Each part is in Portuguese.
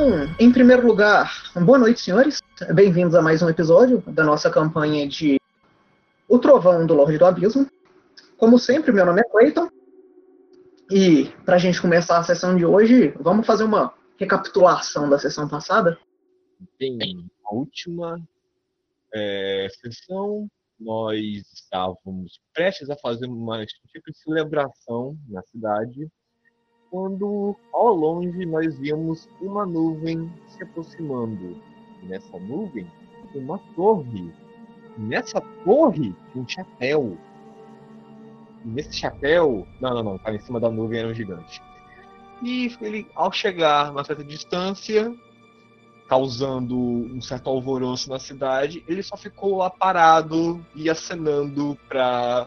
Então, em primeiro lugar, boa noite, senhores. Bem-vindos a mais um episódio da nossa campanha de O Trovão do Lorde do Abismo. Como sempre, meu nome é Clayton. E, para a gente começar a sessão de hoje, vamos fazer uma recapitulação da sessão passada. Bem, na última sessão, nós estávamos prestes a fazer uma tipo de celebração na cidade, quando, ao longe, nós vimos uma nuvem se aproximando. E nessa nuvem, uma torre. E nessa torre, um chapéu. E nesse chapéu... Não, estava em cima da nuvem, era um gigante. E ele, ao chegar a uma certa distância, causando um certo alvoroço na cidade, ele só ficou lá parado e acenando para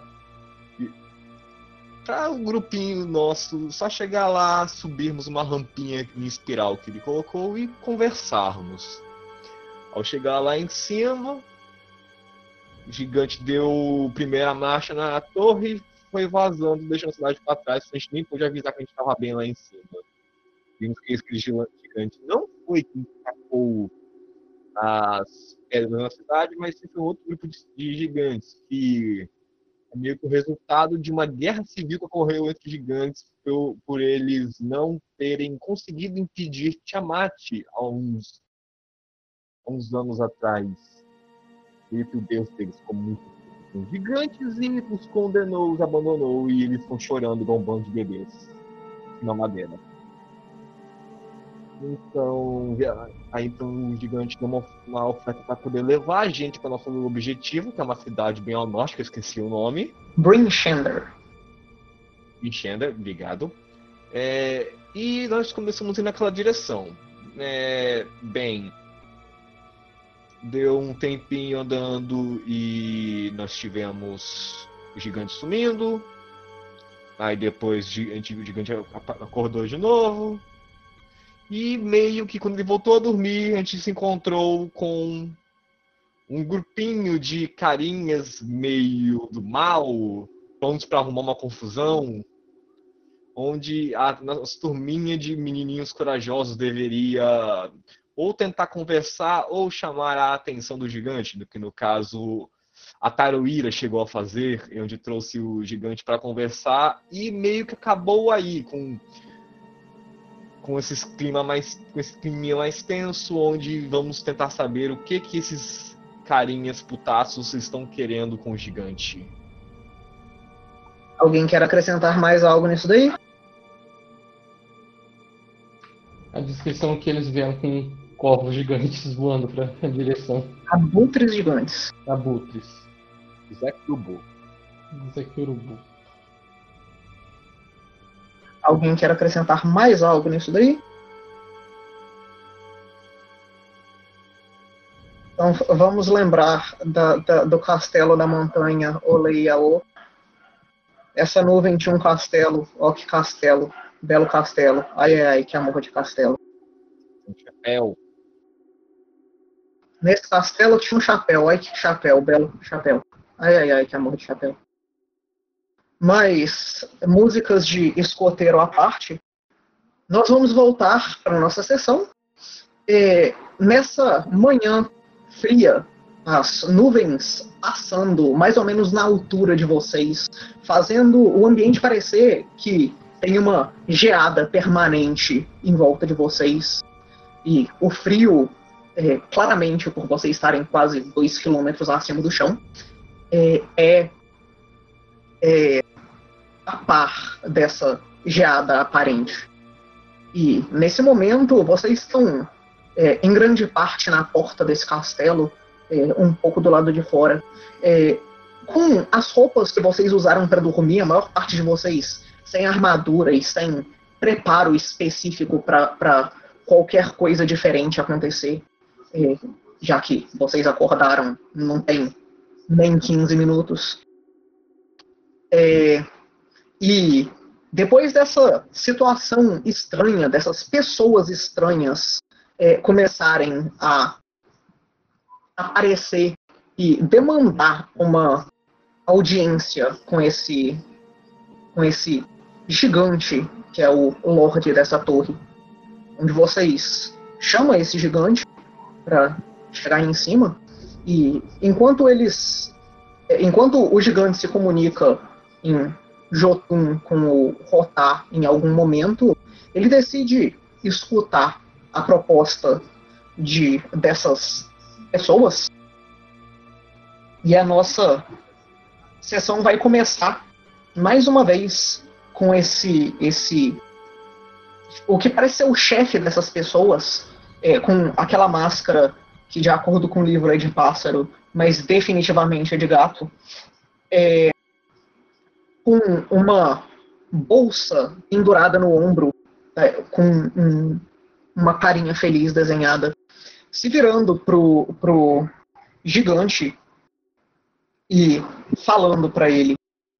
um grupinho nosso só chegar lá, subirmos uma rampinha em espiral que ele colocou e conversarmos. Ao chegar lá em cima, o gigante deu primeira marcha na torre e foi vazando, deixando a cidade para trás. A gente nem pôde avisar que a gente estava bem lá em cima. Vimos que esse gigante não foi quem atacou as pedras na cidade, mas sim foi um outro grupo de gigantes que é meio que o resultado de uma guerra civil que ocorreu entre gigantes por eles não terem conseguido impedir Tiamat há uns anos atrás. E que o deus deles ficou muito com os gigantes e os condenou, os abandonou, e eles estão chorando igual um bando de bebês na madeira. Então o gigante deu uma oferta para poder levar a gente para nosso objetivo, que é uma cidade bem ao norte, que eu esqueci o nome. Brinchender, obrigado. E nós começamos a ir naquela direção. Deu um tempinho andando e nós tivemos o gigante sumindo. Aí depois o gigante acordou de novo. E meio que quando ele voltou a dormir, a gente se encontrou com um grupinho de carinhas meio do mal, prontos para arrumar uma confusão, onde a nossa turminha de menininhos corajosos deveria ou tentar conversar ou chamar a atenção do gigante, do que no caso a Taruíra chegou a fazer, onde trouxe o gigante para conversar, e meio que acabou aí com esse clima mais tenso, onde vamos tentar saber o que esses carinhas putaços estão querendo com o gigante. Alguém quer acrescentar mais algo nisso daí? A descrição que eles vieram com corvos gigantes voando para a direção. Abutres gigantes. Abutres. Zecurubu. Alguém quer acrescentar mais algo nisso daí? Então vamos lembrar do castelo da montanha Oleiaô. Essa nuvem tinha um castelo. Ó, que castelo. Belo castelo. Ai, que amor de castelo. Um chapéu. Nesse castelo tinha um chapéu. Ai, que chapéu. Belo chapéu. Ai, que amor de chapéu. Mas, músicas de escoteiro à parte, nós vamos voltar para a nossa sessão. Nessa manhã fria, as nuvens passando mais ou menos na altura de vocês, fazendo o ambiente parecer que tem uma geada permanente em volta de vocês. E o frio, claramente por vocês estarem quase 2 quilômetros acima do chão, a par dessa geada aparente. E nesse momento vocês estão em grande parte na porta desse castelo, um pouco do lado de fora, com as roupas que vocês usaram para dormir, a maior parte de vocês sem armadura e sem preparo específico para qualquer coisa diferente acontecer, já que vocês acordaram não tem nem 15 minutos. E depois dessa situação estranha, dessas pessoas estranhas começarem a aparecer e demandar uma audiência com esse gigante que é o Lorde dessa torre, onde vocês chama esse gigante para chegar em cima, e enquanto o gigante se comunica em Jotun com o Rotar em algum momento, ele decide escutar a proposta dessas pessoas, e a nossa sessão vai começar mais uma vez com o que parece ser o chefe dessas pessoas, com aquela máscara que, de acordo com o livro, é de pássaro, mas definitivamente é de gato, com uma bolsa pendurada no ombro, com uma carinha feliz desenhada, se virando pro gigante e falando para ele: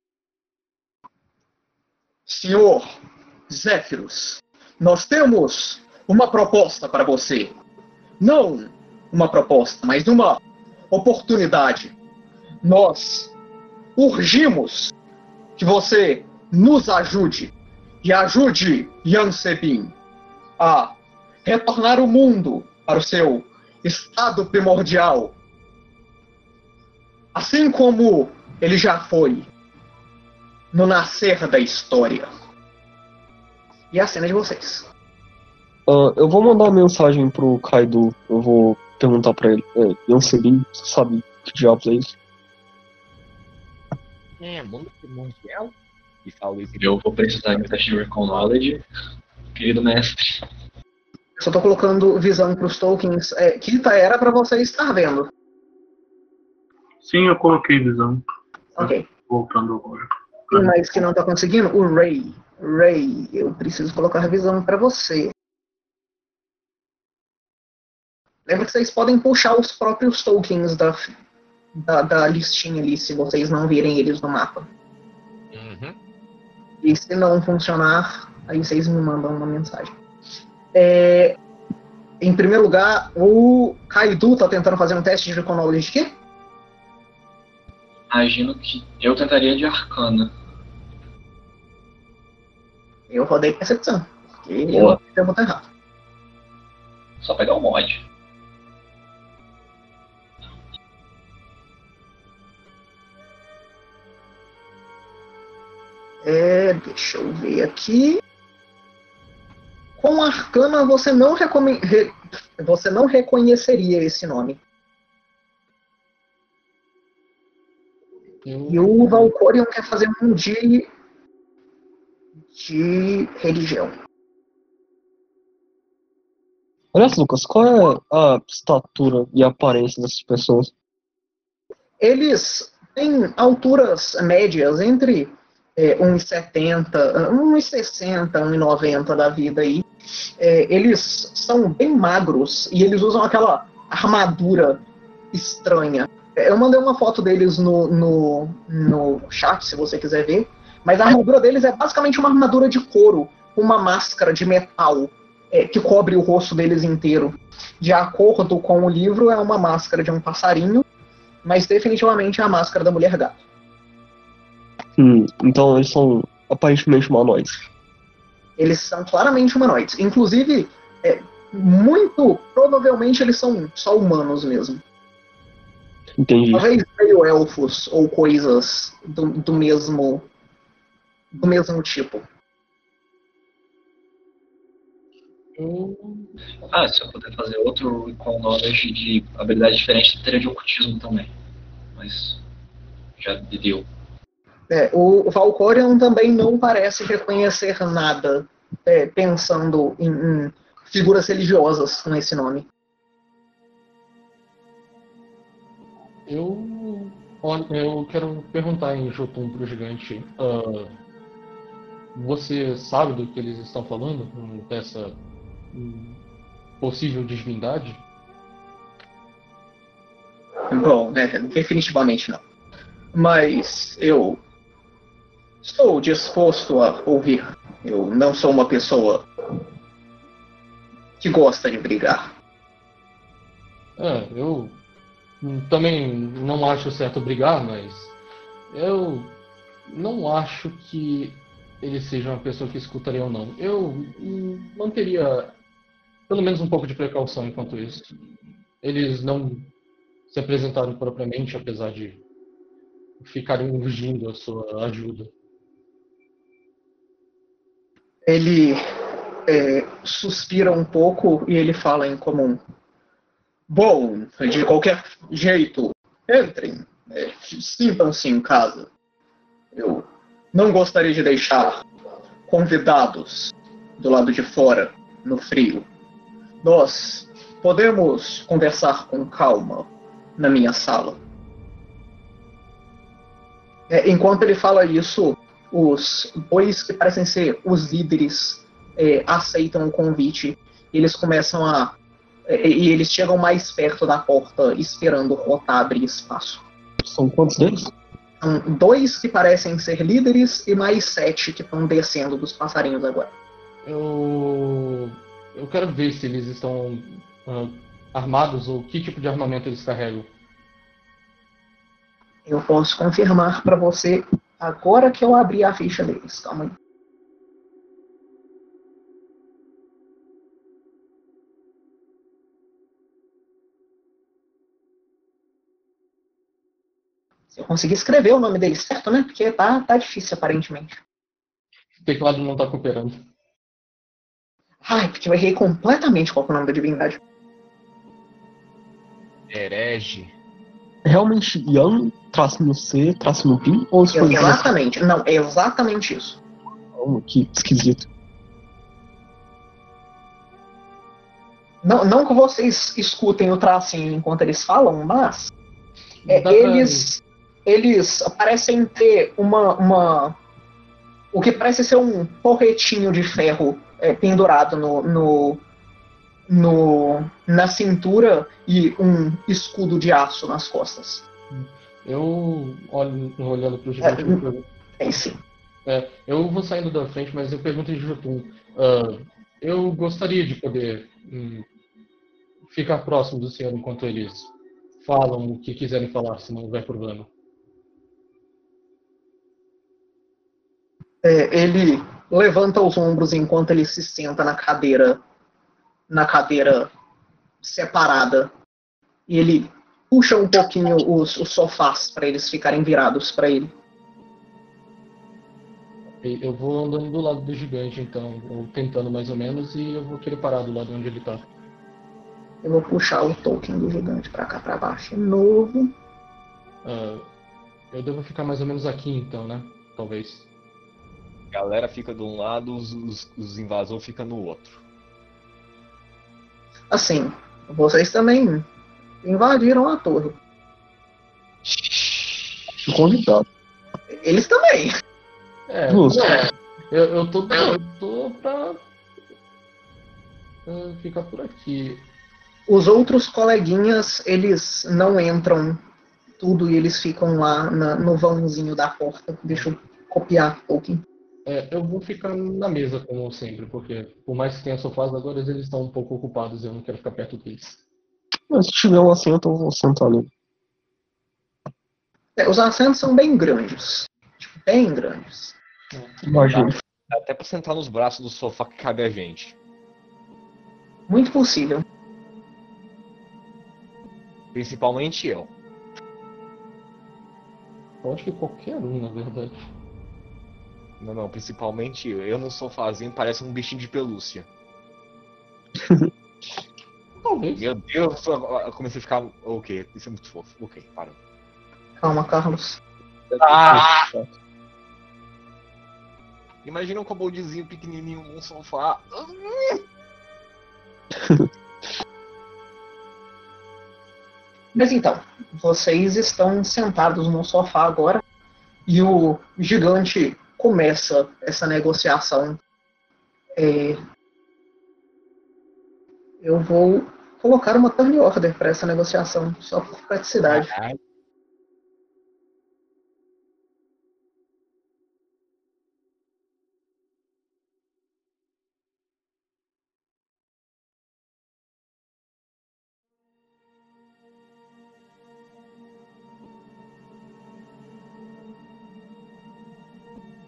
Senhor Zéfiros, nós temos uma proposta para você. Não uma proposta, mas uma oportunidade. Nós urgimos que você nos ajude e ajude Yan Sebin a retornar o mundo para o seu estado primordial, assim como ele já foi no nascer da história. E a cena de vocês. Eu vou mandar uma mensagem pro Kaido. Eu vou perguntar pra ele. Yan Sebin, você sabe que diabos é isso? Mundo primordial? E falo isso. Eu vou precisar de um teste de Recall Knowledge, querido mestre. Só tô colocando visão pros tokens. Kita era pra você estar vendo. Sim, eu coloquei visão. Ok. Voltando agora. Mas que não tá conseguindo? O Ray. Ray, eu preciso colocar visão pra você. Lembra que vocês podem puxar os próprios tokens da listinha ali, se vocês não virem eles no mapa. Uhum. E se não funcionar, aí vocês me mandam uma mensagem. Em primeiro lugar, o Kaido tá tentando fazer um teste de Recall Knowledge de quê? Imagino que eu tentaria de Arcana. Eu rodei percepção. Porque Boa. eu vou errado. Só pegar o mod. Deixa eu ver aqui. Com Arcana você não reconheceria esse nome. E o Valkorion quer fazer um de religião. Aliás, Lucas, qual é a estatura e a aparência dessas pessoas? Eles têm alturas médias entre 1,70, 1,60, 1,90 da vida aí. Eles são bem magros e eles usam aquela armadura estranha. Eu mandei uma foto deles no chat, se você quiser ver. Mas a armadura deles é basicamente uma armadura de couro, com uma máscara de metal que cobre o rosto deles inteiro. De acordo com o livro, é uma máscara de um passarinho, mas definitivamente é a máscara da mulher gato. Então eles são aparentemente humanoides. Eles são claramente humanoides. Inclusive, muito provavelmente eles são só humanos mesmo. Entendi. Talvez meio elfos ou coisas do mesmo tipo. Se eu puder fazer outro Recall Knowledge de habilidade diferente, teria de ocultismo também. Mas já deu. O Valkorion também não parece reconhecer nada pensando em figuras religiosas com esse nome. Eu quero perguntar em Jotun pro gigante. Você sabe do que eles estão falando? Dessa possível divindade? Bom, definitivamente não. Mas eu estou disposto a ouvir. Eu não sou uma pessoa que gosta de brigar. Eu também não acho certo brigar, mas eu não acho que ele seja uma pessoa que escutaria ou não. Eu manteria pelo menos um pouco de precaução enquanto isso. Eles não se apresentaram propriamente, apesar de ficarem urgindo a sua ajuda. Ele suspira um pouco e ele fala em comum. Bom, de qualquer jeito, entrem. Sintam-se em casa. Eu não gostaria de deixar convidados do lado de fora, no frio. Nós podemos conversar com calma na minha sala. Enquanto ele fala isso, os dois que parecem ser os líderes aceitam o convite e eles começam a... e eles chegam mais perto da porta esperando o Rota abrir espaço. São quantos deles? São 2 que parecem ser líderes e mais 7 que estão descendo dos passarinhos agora. Eu quero ver se eles estão armados ou que tipo de armamento eles carregam. Eu posso confirmar para você agora que eu abri a ficha deles. Calma aí. Se eu conseguir escrever o nome deles certo, né? Porque tá difícil aparentemente. O teclado não está cooperando. Ai, porque eu errei completamente qual é o nome da divindade. Herege. Realmente Yan, tracinho C, tracinho Bin? Ou isso foi Exatamente. Não, é exatamente isso. Que esquisito. Não que vocês escutem o tracinho enquanto eles falam, mas eles parecem ter o que parece ser um porretinho de ferro pendurado na cintura e um escudo de aço nas costas. Eu olhando para o gigante. Sim. Eu vou saindo da frente, mas eu pergunto em Jotun. Eu gostaria de poder ficar próximo do senhor enquanto eles falam o que quiserem falar, se não houver problema. Ele levanta os ombros enquanto ele se senta na cadeira separada e ele puxa um pouquinho os sofás para eles ficarem virados para ele. Eu vou andando do lado do gigante, então, ou tentando mais ou menos, e eu vou querer parar do lado onde ele tá. Eu vou puxar o token do gigante para cá para baixo de novo. Eu devo ficar mais ou menos aqui, então, né? Talvez. A galera fica de um lado, os invasores ficam no outro. Assim, vocês também invadiram a torre. Convidado. Eles também. Justo. Eu tô pra ficar por aqui. Os outros coleguinhas, eles não entram tudo e eles ficam lá no vãozinho da porta. Deixa eu copiar um pouquinho. Eu vou ficar na mesa, como sempre, porque por mais que tenha sofás, agora eles estão um pouco ocupados e eu não quero ficar perto deles. Mas se tiver um assento, eu vou sentar ali. Os assentos são bem grandes. Tipo, bem grandes. Imagina. Dá até pra sentar nos braços do sofá que cabe a gente. Muito possível. Principalmente eu. Eu acho que qualquer um, na verdade. Não, principalmente eu. Eu no sofazinho parece um bichinho de pelúcia. Talvez. Meu Deus, eu comecei a ficar... Ok, isso é muito fofo. Ok, parou. Calma, Carlos. Imagina um koboldzinho pequenininho num sofá. Mas então, vocês estão sentados no sofá agora e o gigante começa essa negociação. Eu vou colocar uma turn order para essa negociação, só por praticidade.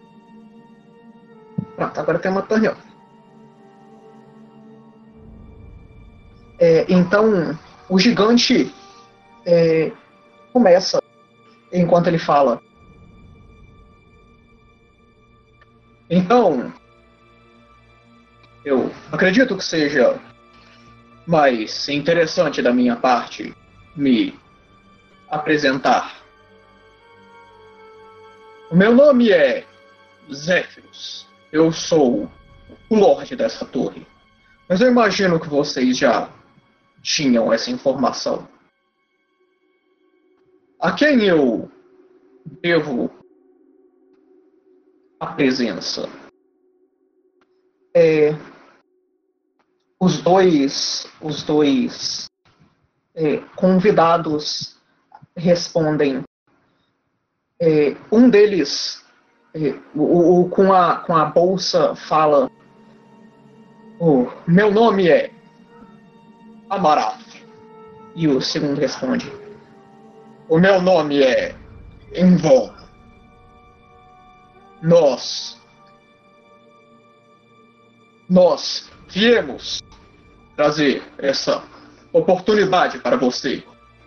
Pronto, agora tem uma turn order. Então, o gigante começa, enquanto ele fala. Então, eu acredito que seja mais interessante da minha parte me apresentar. O meu nome é Zéfiros. Eu sou o Lorde dessa torre. Mas eu imagino que vocês já tinham essa informação. A quem eu devo a presença? Os dois convidados respondem. Um deles, com a bolsa, fala: "O meu nome é Amarath." E o segundo responde: "O meu nome é Envol. Nós viemos trazer essa oportunidade para você,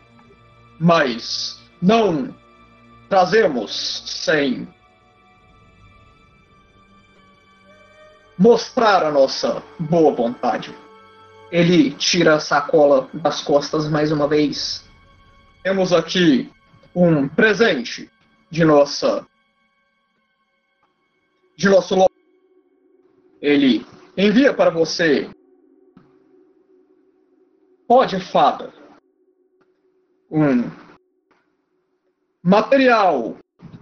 mas não trazemos sem mostrar a nossa boa vontade." Ele tira a sacola das costas mais uma vez. "Temos aqui um presente de nosso lote. Ele envia para você pó de fada, um material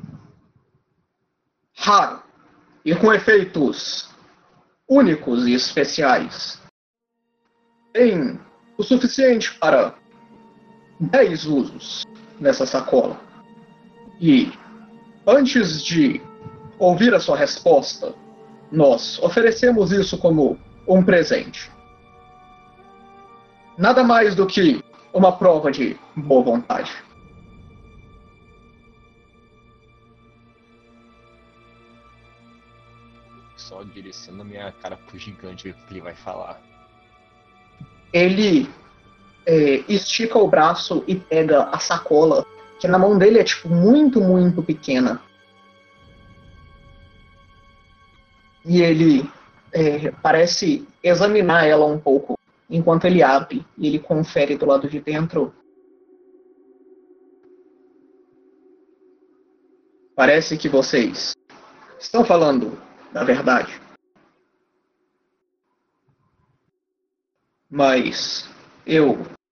raro e com efeitos únicos e especiais. Tem o suficiente para 10 usos nessa sacola. E antes de ouvir a sua resposta, nós oferecemos isso como um presente. Nada mais do que uma prova de boa vontade." Só direcionando a minha cara pro gigante o que ele vai falar. Ele estica o braço e pega a sacola, que na mão dele é tipo muito, muito pequena. E ele parece examinar ela um pouco, enquanto ele abre e ele confere do lado de dentro. "Parece que vocês estão falando da verdade. Mas eu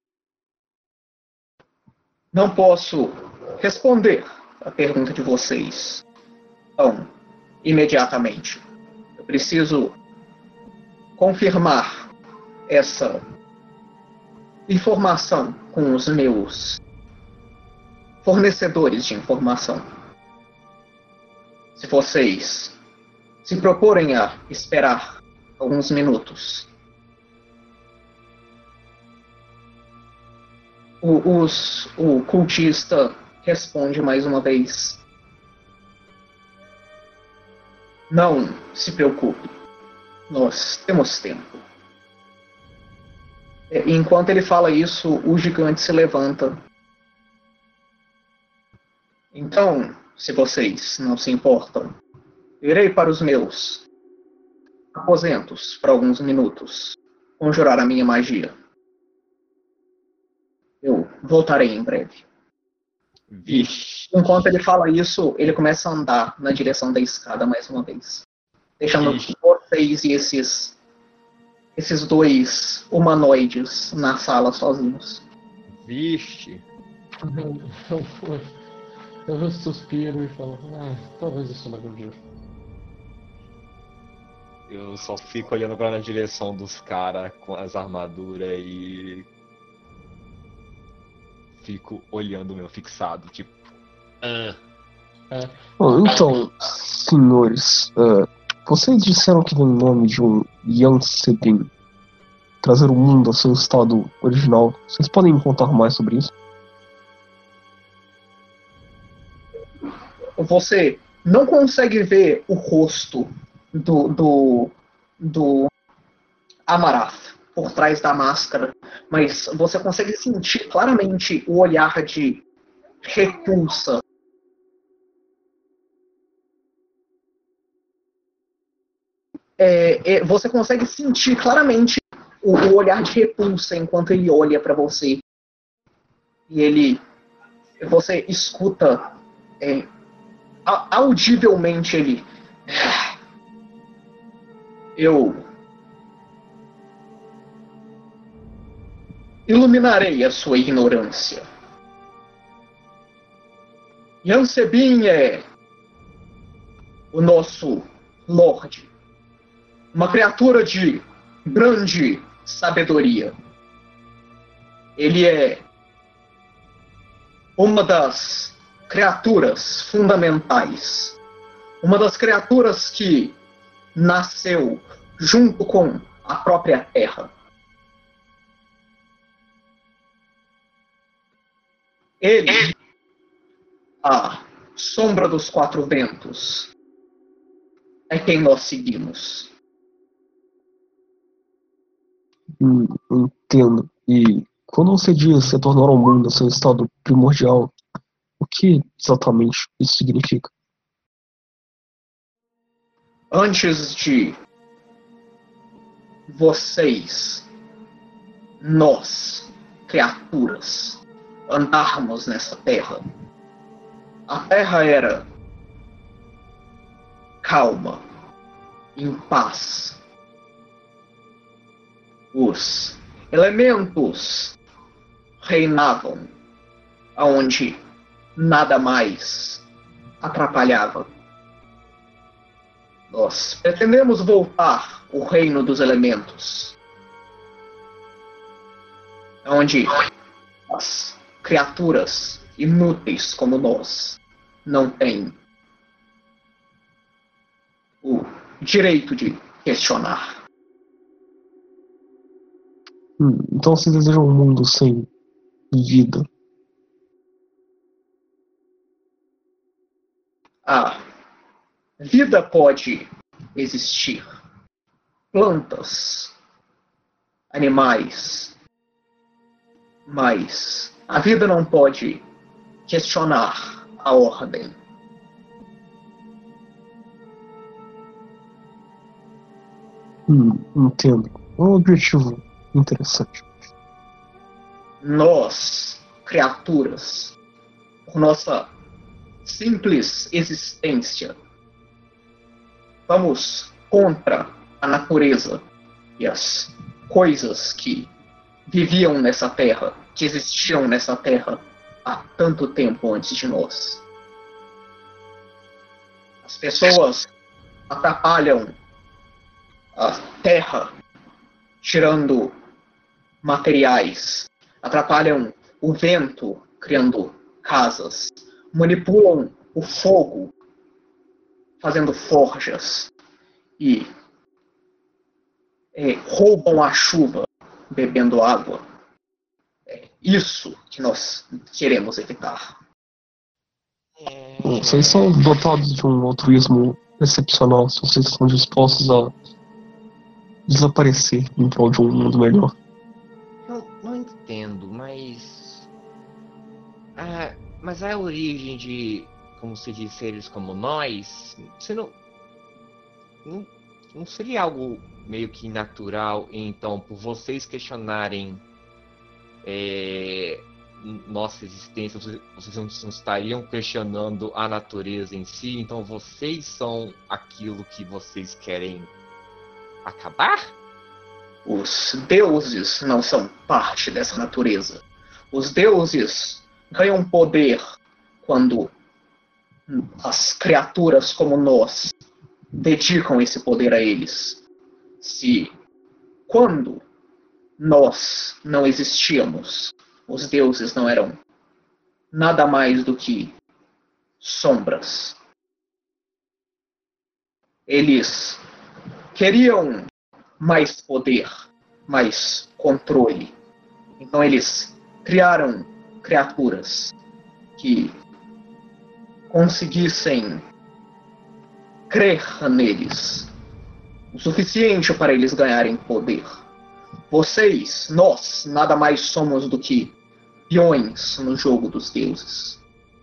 não posso responder a pergunta de vocês tão imediatamente. Eu preciso confirmar essa informação com os meus fornecedores de informação. Se vocês se proporem a esperar alguns minutos, o cultista responde mais uma vez: "Não se preocupe, nós temos tempo." Enquanto ele fala isso, o gigante se levanta. "Então, se vocês não se importam, irei para os meus aposentos por alguns minutos, conjurar a minha magia. Eu voltarei em breve." Vixe. Enquanto ele fala isso, ele começa a andar na direção da escada mais uma vez, deixando vocês e esses dois humanoides na sala sozinhos. Vixe. Eu suspiro e falo: talvez isso não aconteça. Eu só fico olhando pra na direção dos caras com as armaduras e fico olhando meu fixado, tipo. Então, senhores, vocês disseram que vem em nome de um Yansebin trazer o mundo ao seu estado original. Vocês podem me contar mais sobre isso? Você não consegue ver o rosto do Amarath, por trás da máscara, mas você consegue sentir claramente o olhar de repulsa. Você consegue sentir claramente o olhar de repulsa enquanto ele olha para você. E você escuta audivelmente ele. Eu iluminarei a sua ignorância. Yansebin é o nosso Lorde. Uma criatura de grande sabedoria. Ele é uma das criaturas fundamentais. Uma das criaturas que nasceu junto com a própria Terra. Ele, a sombra dos quatro ventos, é quem nós seguimos. Entendo. E quando você diz retornar ao mundo, seu estado primordial, o que exatamente isso significa? Antes de vocês, nós, criaturas, andarmos nessa terra, a terra era calma, em paz. Os elementos reinavam, aonde nada mais atrapalhava. Nós pretendemos voltar o reino dos elementos, onde as criaturas inúteis como nós não têm o direito de questionar. Então vocês desejam um mundo sem vida? A vida pode existir. Plantas, animais. Mas a vida não pode questionar a ordem. Entendo. É um objetivo interessante. Nós, criaturas, por nossa simples existência, vamos contra a natureza e as coisas que viviam nessa terra, que existiam nessa terra há tanto tempo antes de nós. As pessoas atrapalham a terra, tirando materiais, atrapalham o vento, criando casas, manipulam o fogo, fazendo forjas, e roubam a chuva, bebendo água. É isso que nós queremos evitar. Vocês são dotados de um altruísmo excepcional se vocês estão dispostos a desaparecer em prol de um mundo melhor. Não entendo, mas a origem de, como se diz, seres como nós, você não seria algo meio que natural, então, por vocês questionarem nossa existência, vocês não estariam questionando a natureza em si, então vocês são aquilo que vocês querem acabar? Os deuses não são parte dessa natureza. Os deuses ganham poder quando as criaturas como nós dedicam esse poder a eles. Quando nós não existíamos, os deuses não eram nada mais do que sombras. Eles queriam mais poder, mais controle. Então eles criaram criaturas que conseguissem crer neles o suficiente para eles ganharem poder. vocês, nós, nada mais somos do que peões no jogo dos deuses.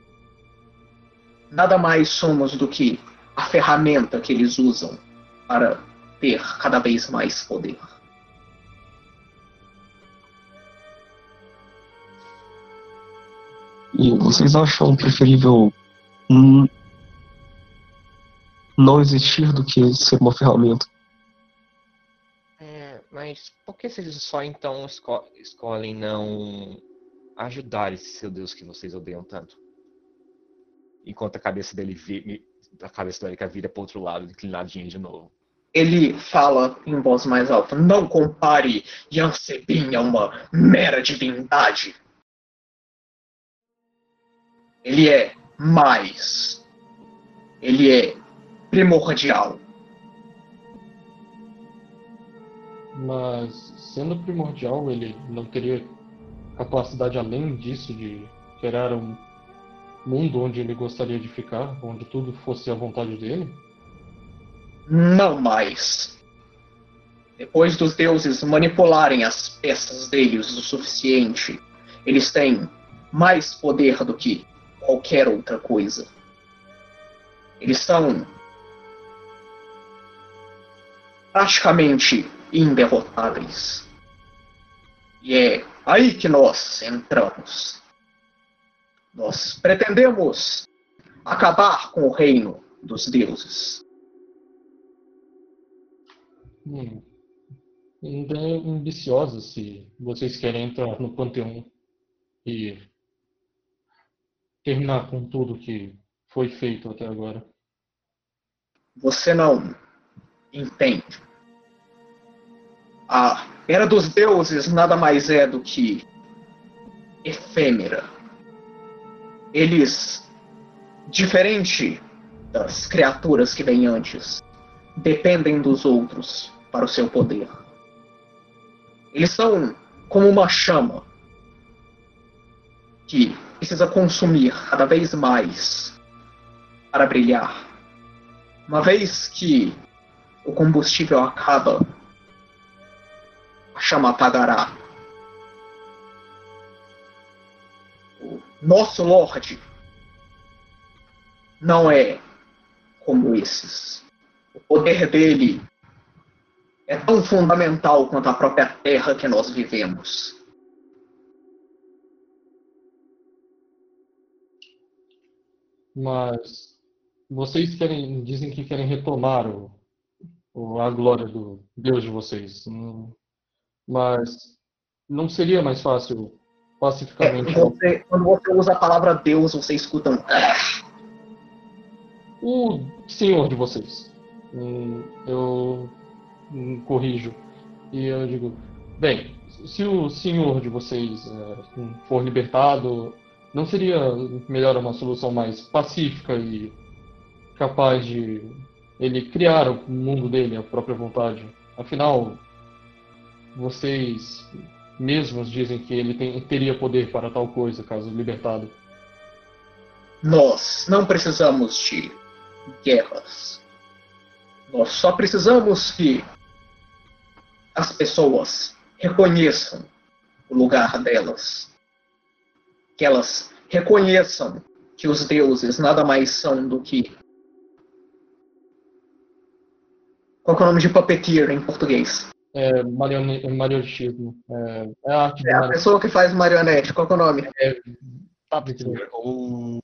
Nada mais somos do que a ferramenta que eles usam para ter cada vez mais poder. E vocês acham preferível não existir do que ser uma ferramenta? Mas por que vocês só então escolhem não ajudar esse seu Deus que vocês odeiam tanto? Enquanto a cabeça dele vira para outro lado, inclinadinha de novo. Ele fala em voz mais alta: não compare Yansebin a uma mera divindade. Ele é mais. Ele é primordial. Mas, sendo primordial, ele não teria capacidade além disso de criar um mundo onde ele gostaria de ficar, onde tudo fosse à vontade dele? Não mais. Depois dos deuses manipularem as peças deles o suficiente, eles têm mais poder do que qualquer outra coisa. Eles são praticamente inderrotáveis. E é aí que nós entramos. Nós pretendemos acabar com o reino dos deuses. Ainda é ambiciosa se vocês querem entrar no panteão e terminar com tudo que foi feito até agora. Você não entende. A Era dos Deuses nada mais é do que efêmera. Eles, diferente das criaturas que vêm antes, dependem dos outros para o seu poder. Eles são como uma chama que precisa consumir cada vez mais para brilhar. Uma vez que o combustível acaba, a chama apagará. O nosso Lorde não é como esses. O poder dele é tão fundamental quanto a própria terra que nós vivemos. Mas vocês dizem que querem retomar a glória do Deus de vocês. Mas não seria mais fácil pacificamente... Quando você usa a palavra Deus, você escuta um... O senhor de vocês. Eu corrijo. E eu digo, bem, se o senhor de vocês for libertado, não seria melhor uma solução mais pacífica e capaz de ele criar o mundo dele à própria vontade? Afinal, vocês mesmos dizem que ele teria poder para tal coisa, caso libertado. Nós não precisamos de guerras. Nós só precisamos que as pessoas reconheçam o lugar delas. Que elas reconheçam que os deuses nada mais são do que... Qual é o nome de puppeteer em português? Marionetismo. É a arte a pessoa que faz marionete. Qual é o nome? Ou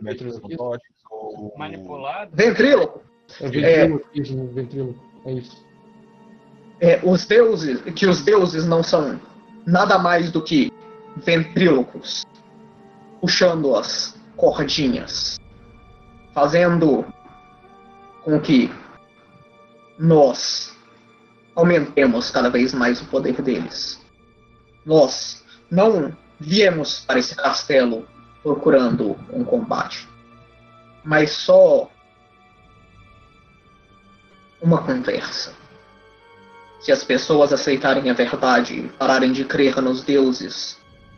manipulado. Ventríloco. Ventríloco. É isso. Os deuses não são nada mais do que ventrílocos, puxando as cordinhas, fazendo com que nós aumentemos cada vez mais o poder deles. Nós não viemos para esse castelo procurando um combate, mas só uma conversa. Se as pessoas aceitarem a verdade e pararem de crer nos deuses,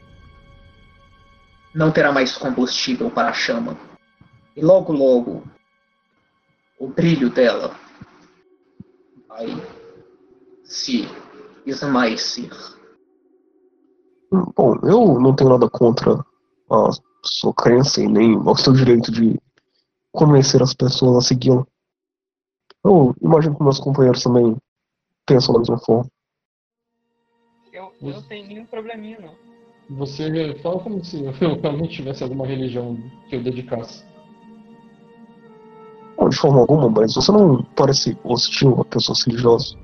não terá mais combustível para a chama. E logo, logo, o brilho dela vai se Smicer. Bom, eu não tenho nada contra a sua crença e nem ao seu direito de convencer as pessoas a segui-la. Eu imagino que meus companheiros também pensam da mesma forma. Eu não tenho nenhum probleminha, não. Você fala como se eu realmente tivesse alguma religião que eu dedicasse. Não, de forma alguma, mas você não parece hostil a pessoas religiosas.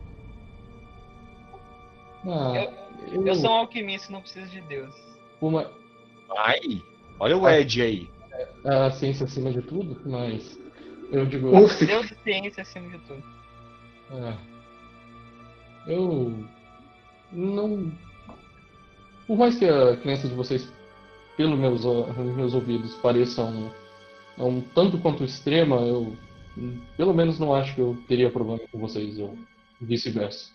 Eu sou um alquimista e não preciso de Deus. Ai, olha o Ed aí. A ciência acima de tudo, mas eu digo... Deus e ciência acima de tudo. Eu não... Por mais que a crença de vocês, pelos meus ouvidos, pareçam um tanto quanto extrema, eu pelo menos não acho que eu teria problema com vocês, ou vice-versa.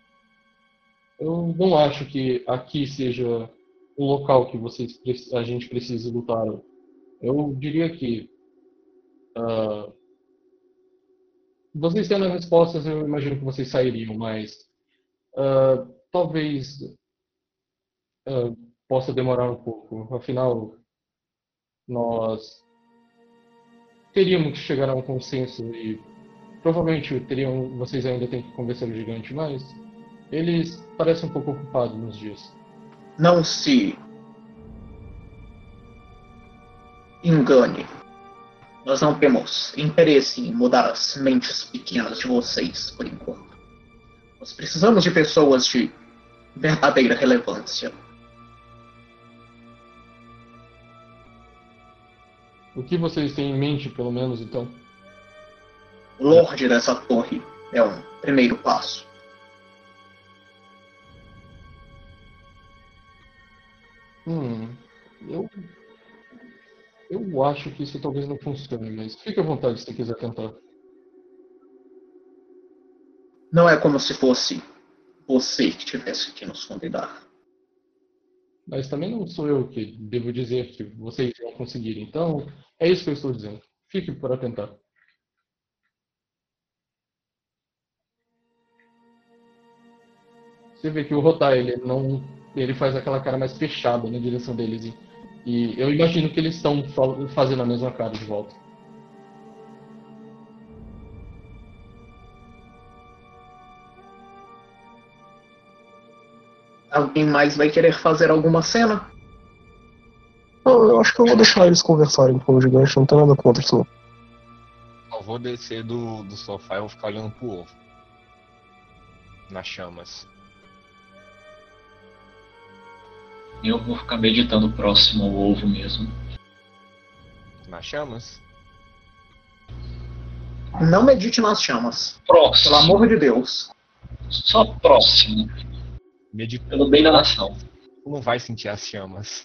Eu não acho que aqui seja um local que a gente precise lutar. Eu diria que vocês tendo as respostas, eu imagino que vocês sairiam, mas talvez possa demorar um pouco. Afinal, nós teríamos que chegar a um consenso e provavelmente vocês ainda têm que convencer o gigante, mas eles parecem um pouco ocupados nos dias. Não se engane. Nós não temos interesse em mudar as mentes pequenas de vocês, por enquanto. Nós precisamos de pessoas de verdadeira relevância. O que vocês têm em mente, pelo menos, então? O Lorde dessa torre é um primeiro passo. Eu acho que isso talvez não funcione, mas fique à vontade se você quiser tentar. Não é como se fosse você que tivesse que nos convidar. Mas também não sou eu que devo dizer que vocês vão conseguir. Então, é isso que eu estou dizendo. Fique para tentar. Você vê que o Rotai, ele faz aquela cara mais fechada na direção deles. E eu imagino que eles estão fazendo a mesma cara de volta. Alguém mais vai querer fazer alguma cena? Eu acho que eu vou deixar eles conversarem com o gigante, não tenho nada contra isso não. Eu vou descer do sofá e vou ficar olhando pro ovo. Nas chamas. Eu vou ficar meditando próximo ao ovo mesmo. Nas chamas? Não medite nas chamas. Próximo. Pelo amor de Deus. Só próximo. Meditando. Pelo bem da nação. Tu não vai sentir as chamas.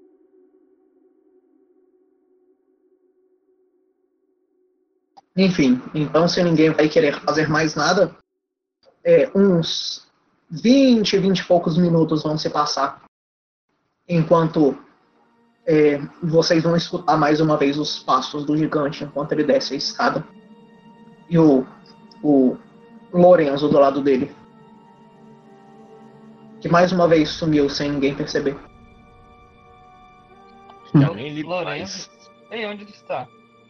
Enfim, então se ninguém vai querer fazer mais nada, uns 20 e poucos minutos vão se passar. Enquanto vocês vão escutar mais uma vez os passos do gigante enquanto ele desce a escada. E o Lorenzo do lado dele, que mais uma vez sumiu sem ninguém perceber. Já nem ligo Lorenzo. mais. Ei, onde ele está?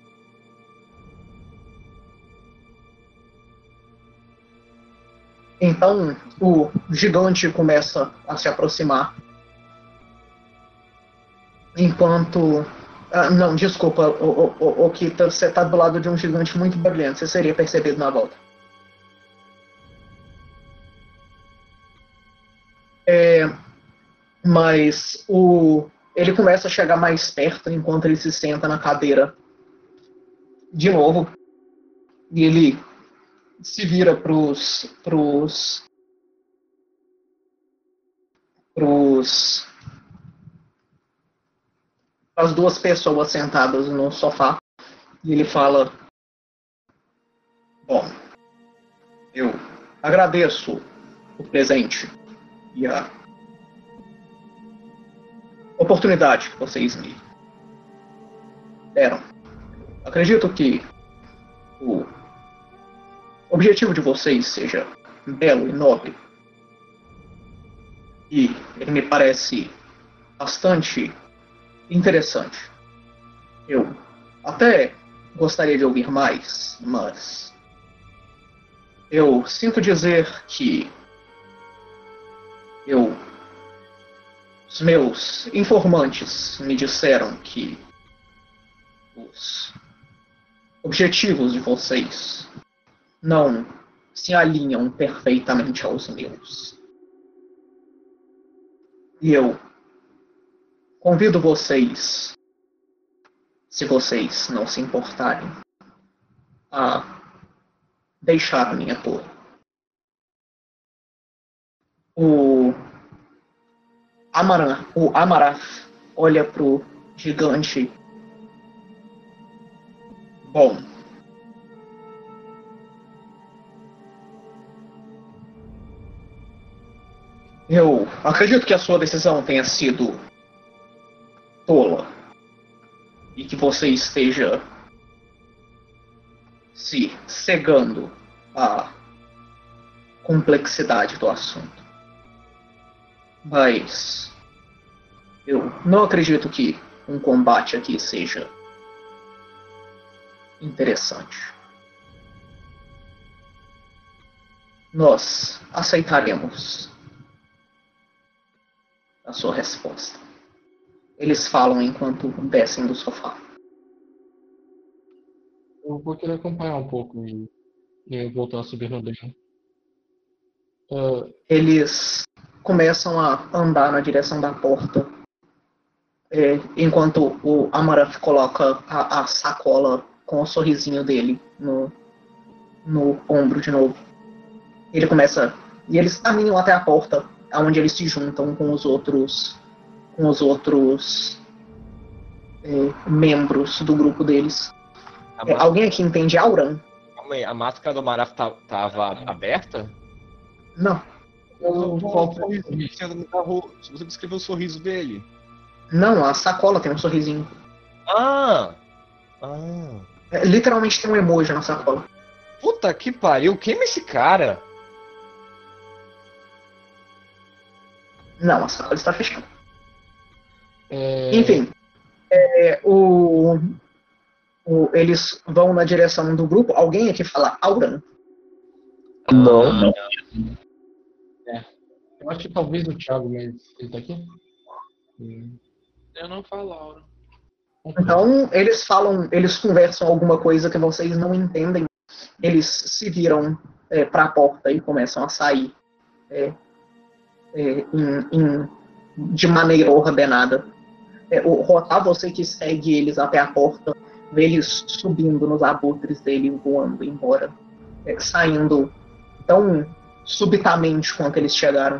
Então o gigante começa a se aproximar. Enquanto... não, desculpa, Okita, você está do lado de um gigante muito barulhento, você seria percebido na volta. Mas ele começa a chegar mais perto enquanto ele se senta na cadeira de novo. E ele se vira as duas pessoas sentadas no sofá. E ele fala: bom, eu agradeço o presente e a oportunidade que vocês me deram. Acredito que o objetivo de vocês seja belo e nobre, E ele me parece bastante interessante. Eu até gostaria de ouvir mais, mas eu sinto dizer que os meus informantes me disseram que os objetivos de vocês não se alinham perfeitamente aos meus. E eu convido vocês, se vocês não se importarem, a deixar a minha torre. O Amarath olha pro gigante. Bom. Eu acredito que a sua decisão tenha sido tola e que você esteja se cegando à complexidade do assunto. Mas eu não acredito que um combate aqui seja interessante. Nós aceitaremos a sua resposta. Eles falam enquanto descem do sofá. Eu vou querer acompanhar um pouco e voltar a subir no deck. Eles começam a andar na direção da porta, enquanto o Amarath coloca a sacola com o sorrisinho dele no ombro de novo. Ele começa, e eles caminham até a porta, onde eles se juntam com os outros membros do grupo deles. Alguém aqui entende Auran? Calma aí, a máscara do Maraf tava aberta? Não. Você descreveu o sorriso dele. Não, a sacola tem um sorrisinho. Literalmente tem um emoji na sacola. Puta que pariu, queima esse cara. Não, a sacola está fechada. Enfim, eles vão na direção do grupo. Alguém aqui fala Auran? Não. Eu acho que talvez o Thiago, mas ele tá aqui? Eu não falo Aura. Então, eles conversam alguma coisa que vocês não entendem. Eles se viram para a porta e começam a sair de maneira ordenada. O Rotar, você que segue eles até a porta, vê eles subindo nos abutres dele, voando embora, saindo tão subitamente quanto eles chegaram.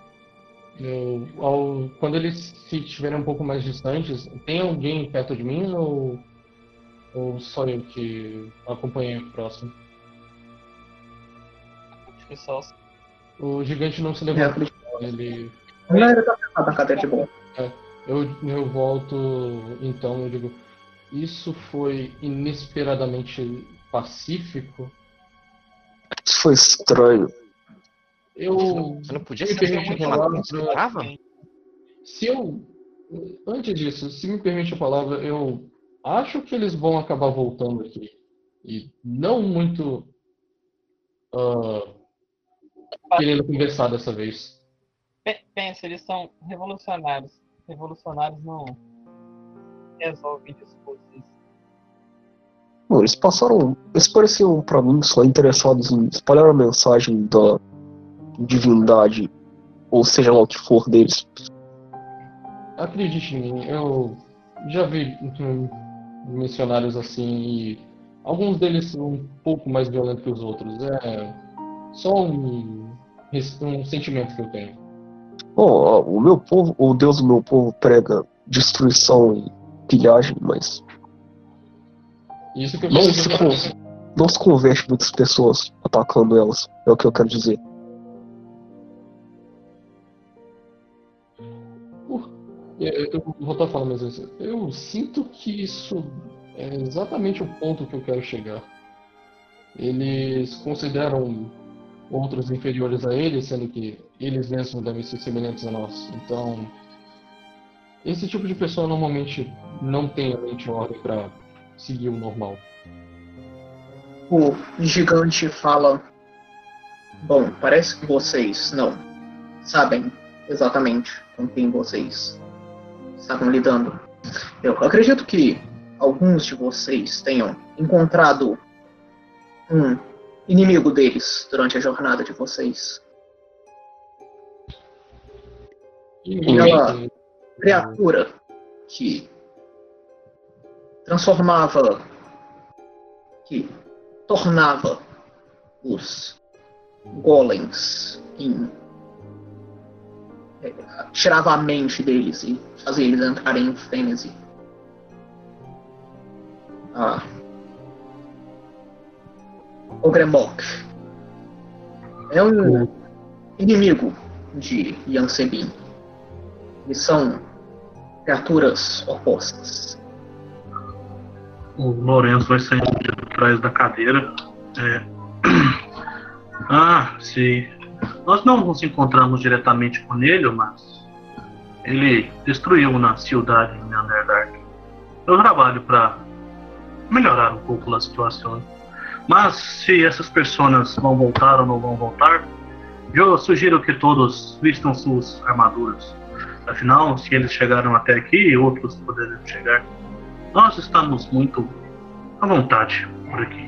Quando eles se estiverem um pouco mais distantes, tem alguém perto de mim ou só eu que acompanhei próximo? Acho que só. O gigante não se levantou. Ele tá sentado na cadeira de boa. Eu volto, então, eu digo, isso foi inesperadamente pacífico? Isso foi estranho. Você não podia se permitir a palavra? Antes disso, se me permite a palavra, eu acho que eles vão acabar voltando aqui. E não muito querendo conversar dessa vez. Pensa, eles são revolucionários. Revolucionários não resolvem disputas. Bom, eles pareciam pra mim só interessados em espalhar a mensagem da divindade, ou seja lá o que for deles. Acredite em mim, eu já vi missionários assim e alguns deles são um pouco mais violentos que os outros. É só um sentimento que eu tenho. O meu povo, o Deus do meu povo prega destruição e pilhagem, mas isso que eu não se converte muitas pessoas atacando elas, é o que eu quero dizer. Eu vou estar falando mesmo isso. Eu sinto que isso é exatamente o ponto que eu quero chegar. Eles consideram outros inferiores a eles, sendo que eles mesmos devem ser semelhantes a nós. Então, esse tipo de pessoa normalmente não tem a mente em ordem para seguir o normal. O gigante fala: bom, parece que vocês não sabem exatamente com quem vocês estavam lidando. Eu acredito que alguns de vocês tenham encontrado um inimigo deles durante a jornada de vocês. Aquela criatura que tornava os golems em... tirava a mente deles e fazia eles entrarem em frenesi. Ogremok é um inimigo de Yansebin. Eles são criaturas opostas. O Lourenço vai sair de trás da cadeira. Sim. Nós não nos encontramos diretamente com ele, mas ele destruiu na cidade em Underdark. Eu trabalho para melhorar um pouco a situação. Mas se essas pessoas vão voltar ou não vão voltar, eu sugiro que todos vistam suas armaduras. Afinal, se eles chegaram até aqui, outros poderiam chegar. Nós estamos muito à vontade por aqui.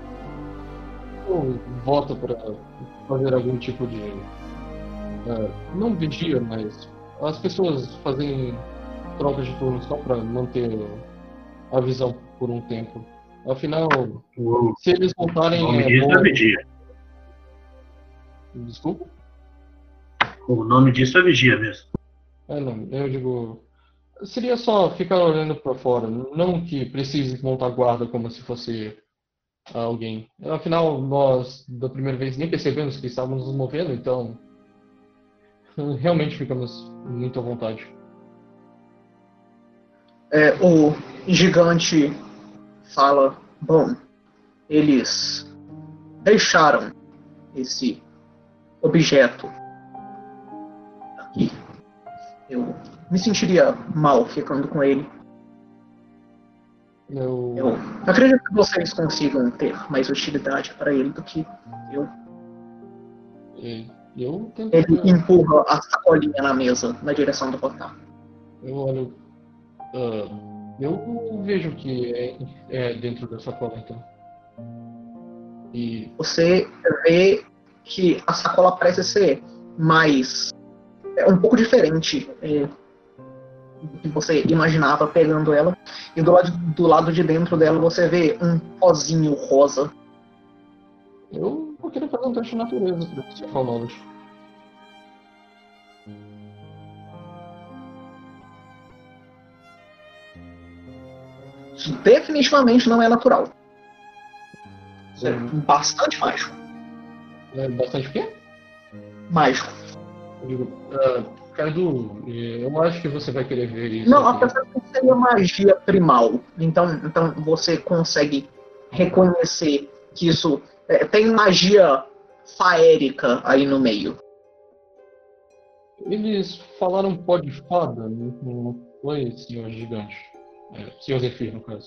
Eu voto para fazer algum tipo de... não vigia, mas as pessoas fazem trocas de turno só para manter a visão por um tempo. Afinal, se eles voltarem... O nome disso é vigia. Desculpa? O nome disso é vigia mesmo. Não, eu digo... Seria só ficar olhando para fora, não que precise montar guarda como se fosse alguém. Afinal, nós, da primeira vez, nem percebemos que estávamos nos movendo, então... realmente ficamos muito à vontade. O gigante fala: bom, eles deixaram esse objeto aqui. Eu me sentiria mal ficando com ele. Eu acredito que vocês consigam ter mais utilidade para ele do que eu. Ele empurra a sacolinha na mesa, na direção do portal. Eu olho... eu vejo que é dentro da sacola, então. E... Você vê que a sacola parece ser mais... um pouco diferente do que você imaginava pegando ela. E do lado de dentro dela você vê um pozinho rosa. Eu vou querer fazer um teste de natureza para você falar knowledge. Definitivamente não é natural. Isso é bastante mágico. É bastante o quê? Mágico. Eu digo, Cadu, eu acho que você vai querer ver isso. Não, apesar que seria magia primal. Então você consegue reconhecer que isso tem magia faérica aí no meio. Eles falaram pó de fada, não foi, senhor gigante? Senhor Zephyr, no caso.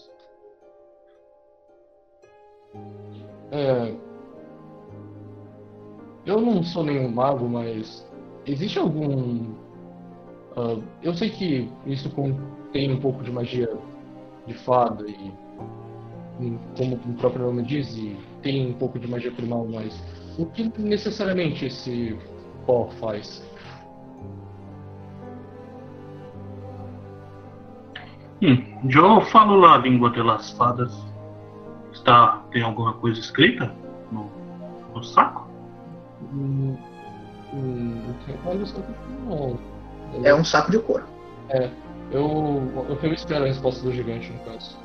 Eu não sou nenhum mago, mas existe algum... eu sei que isso contém um pouco de magia de fada e, como o próprio nome diz, tem um pouco de magia primal, mas o que necessariamente esse pó faz? Eu falo lá a língua das fadas. Tem alguma coisa escrita no saco? É um saco de couro. Eu espero a resposta do gigante, no caso.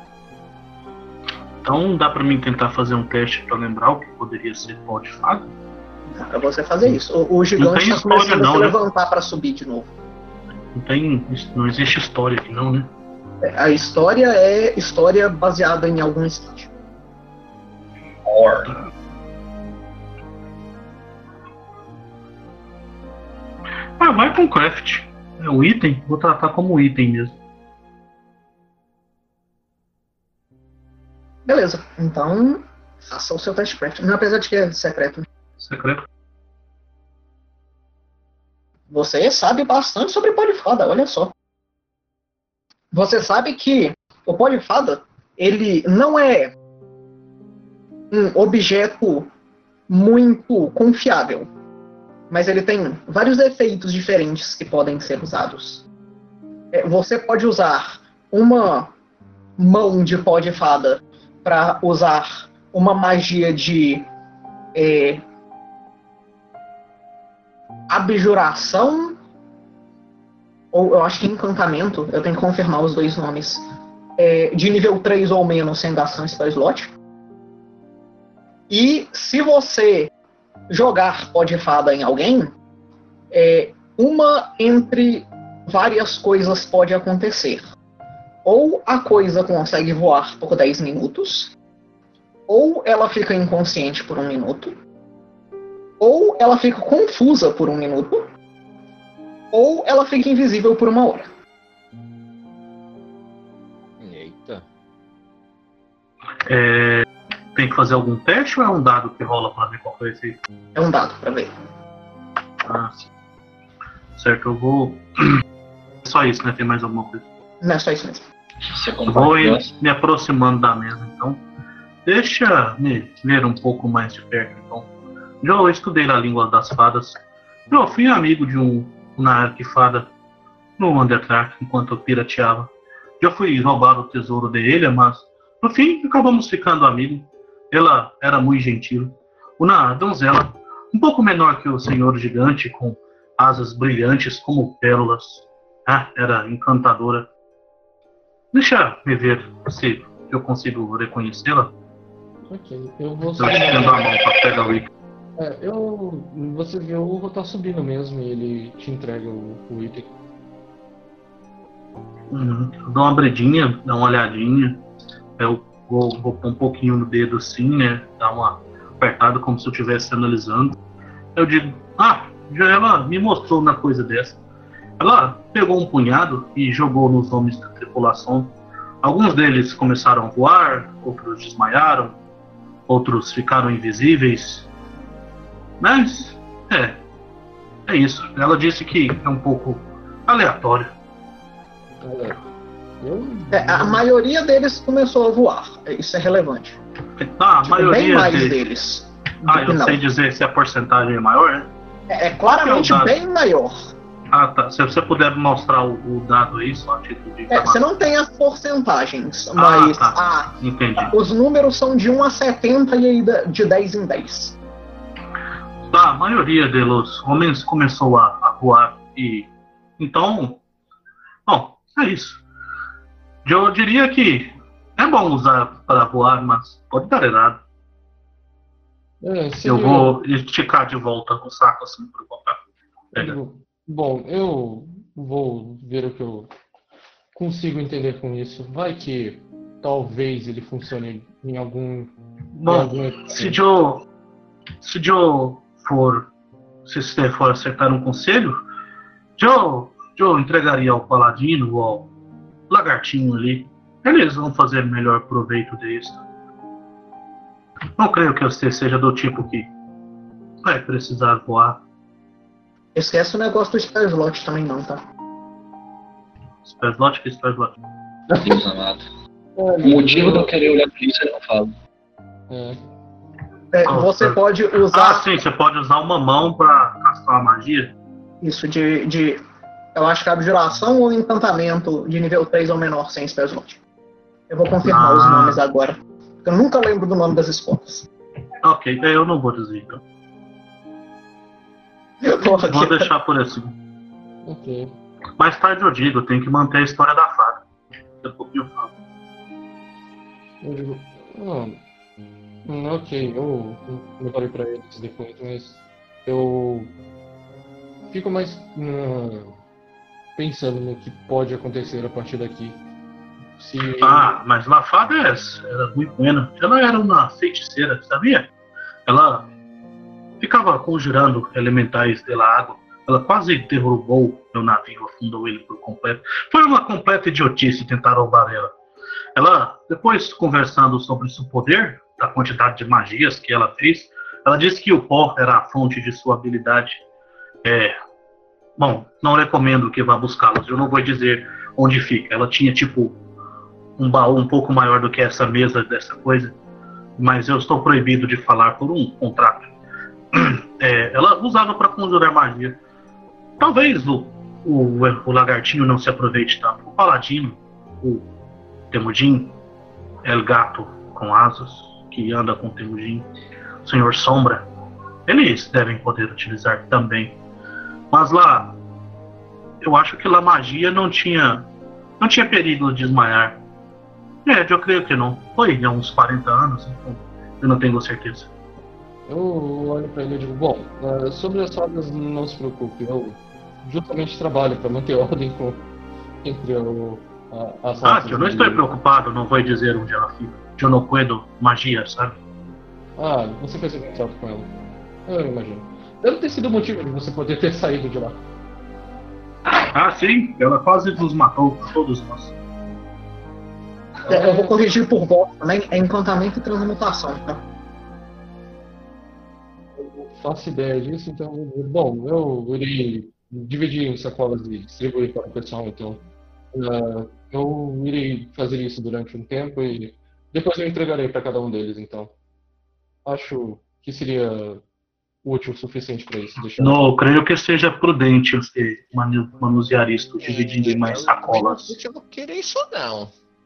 Então dá pra mim tentar fazer um teste pra lembrar o que poderia ser pó de fada? Dá pra você fazer isso. O gigante está começando a se levantar pra subir de novo. Não existe história aqui não, né? A história é história baseada em algum estágio. Ah, vai com craft. É um item, vou tratar como item mesmo. Beleza, então faça o seu teste craft. Não, apesar de que é secreto. Né? Secreto. Você sabe bastante sobre pó de fada, olha só. Você sabe que o pó de fada, ele não é um objeto muito confiável, mas ele tem vários efeitos diferentes que podem ser usados. Você pode usar uma mão de pó de fada para usar uma magia de abjuração, ou eu acho que encantamento, eu tenho que confirmar os dois nomes, de nível 3 ou menos sem gastar um spell slot. E se você jogar pó de fada em alguém, uma entre várias coisas pode acontecer. Ou a coisa consegue voar por 10 minutos, ou ela fica inconsciente por 1 minuto, ou ela fica confusa por 1 minuto, ou ela fica invisível por 1 hora. Eita. Tem que fazer algum teste ou é um dado que rola pra ver qual foi esse? É um dado pra ver. Ah, sim. Certo, eu vou. Só isso, né? Tem mais alguma coisa? Não é só isso mesmo. Eu vou ir me aproximando da mesa, então. Deixa me ver um pouco mais de perto, então. Eu estudei a língua das fadas. Eu fui amigo de um Narc-fada no Underdark enquanto eu pirateava. Eu fui roubar o tesouro de ele, mas no fim acabamos ficando amigos. Ela era muito gentil. Uma donzela, um pouco menor que o senhor gigante, com asas brilhantes como pérolas. Era encantadora. Deixa me ver se eu consigo reconhecê-la. Ok, eu vou Eu subir. estendo a mão para pegar o item. Você vê, eu vou estar subindo mesmo e ele te entrega o item. Eu dou uma abridinha, dá uma olhadinha. Eu vou pôr um pouquinho no dedo assim, né? Dar uma apertada como se eu estivesse analisando. Eu digo, já ela me mostrou uma coisa dessa. Ela pegou um punhado e jogou nos homens da tripulação. Alguns deles começaram a voar, outros desmaiaram, outros ficaram invisíveis. Mas, é isso. Ela disse que é um pouco aleatório. A maioria deles começou a voar. Isso é relevante. A maioria bem mais deles. Eu sei dizer se a porcentagem é maior, né? É claramente bem maior. Tá. Se você puder mostrar o dado aí, só a título de você não tem as porcentagens, mas entendi. Os números são de 1 a 70 e aí de 10 em 10. A maioria dos homens começou a voar e... Então... Bom, é isso. Eu diria que é bom usar para voar, mas pode dar errado. Eu vou esticar de volta o saco assim para voltar. Bom, eu vou ver o que eu consigo entender com isso. Vai que talvez ele funcione em algum... Bom, se você for acertar um conselho, eu entregaria ao paladino ou ao lagartinho ali. Eles vão fazer melhor proveito disso. Não creio que você seja do tipo que vai precisar voar. Esquece o negócio do spell slot também não, tá? Spell slot? Que spell slot? Deus amado. O motivo de eu querer olhar pra isso eu não falo. Você pode usar... sim, você pode usar uma mão pra castar uma magia. Isso, eu acho que abjuração ou encantamento de nível 3 ou menor sem spell slot. Eu vou confirmar os nomes agora. Eu nunca lembro do nome das escolas. Ok, eu não vou dizer então. Vou deixar por assim. Ok. Mais tarde eu digo, eu tenho que manter a história da fada. Depois eu falo. Eu digo, ok, eu falei pra eles depois, mas eu fico mais pensando no que pode acontecer a partir daqui. Mas a fada era muito buena. Ela era uma feiticeira, sabia? Ela ficava conjurando elementais da água Ela quase derrubou meu navio, afundou ele por completo. Foi uma completa idiotice tentar roubar ela. Ela, depois conversando sobre seu poder, da quantidade de magias que ela fez, ela disse que o pó era a fonte de sua habilidade. Bom, não recomendo que vá buscá-las. Eu não vou dizer onde fica. Ela tinha tipo um baú um pouco maior do que essa mesa dessa coisa, mas eu estou proibido de falar por um contrato. Ela usava para conjurar magia. Talvez o lagartinho não se aproveite tanto. O paladino, o Temujin, El Gato com asas, que anda com o Temujin, o Senhor Sombra, eles devem poder utilizar também. Mas lá, eu acho que lá magia não tinha perigo de desmaiar. Eu creio que não. Foi há uns 40 anos, então eu não tenho certeza. Eu olho pra ele e digo, bom, sobre as fadas não se preocupe, eu justamente trabalho para manter ordem entre as raças. Eu não estou preocupado, não vou dizer onde ela fica. Eu não cuido magia, sabe? Você fez um contrato com ela. Eu imagino. Deve ter sido o motivo de você poder ter saído de lá. Sim, ela quase nos matou, todos nós. Eu vou corrigir por volta também, é encantamento e transmutação, tá? Eu faço ideia disso, então, bom, eu irei dividir em sacolas e distribuir para o pessoal, então. Eu irei fazer isso durante um tempo e depois eu entregarei para cada um deles, então. Acho que seria útil o suficiente para isso. Não, creio que seja prudente você manusear isso, dividindo em mais sacolas. Eu não queria isso, não.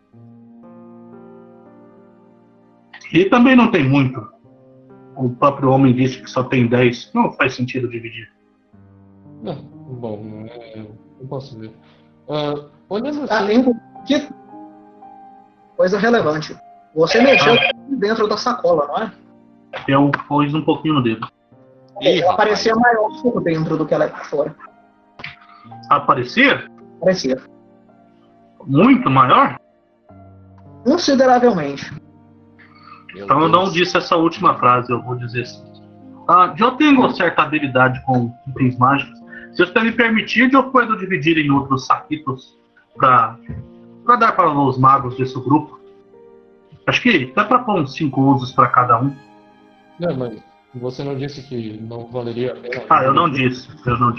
E também não tem muito. O próprio homem disse que só tem 10. Não faz sentido dividir. Bom, eu posso ver. Olhando assim... Que coisa relevante. Você mexeu dentro da sacola, não é? Eu pus um pouquinho no dedo. Ela parecia maior por dentro do que ela é por fora. Parecia? Parecia. Muito maior? Consideravelmente. Então eu não disse essa última frase, eu vou dizer assim. Eu tenho certa habilidade com itens mágicos. Se você me permitir, eu puedo dividir em outros saquitos para dar para os magos desse grupo. Acho que dá para pôr uns 5 usos para cada um. Mas você não disse que não valeria a pena? Eu não disse.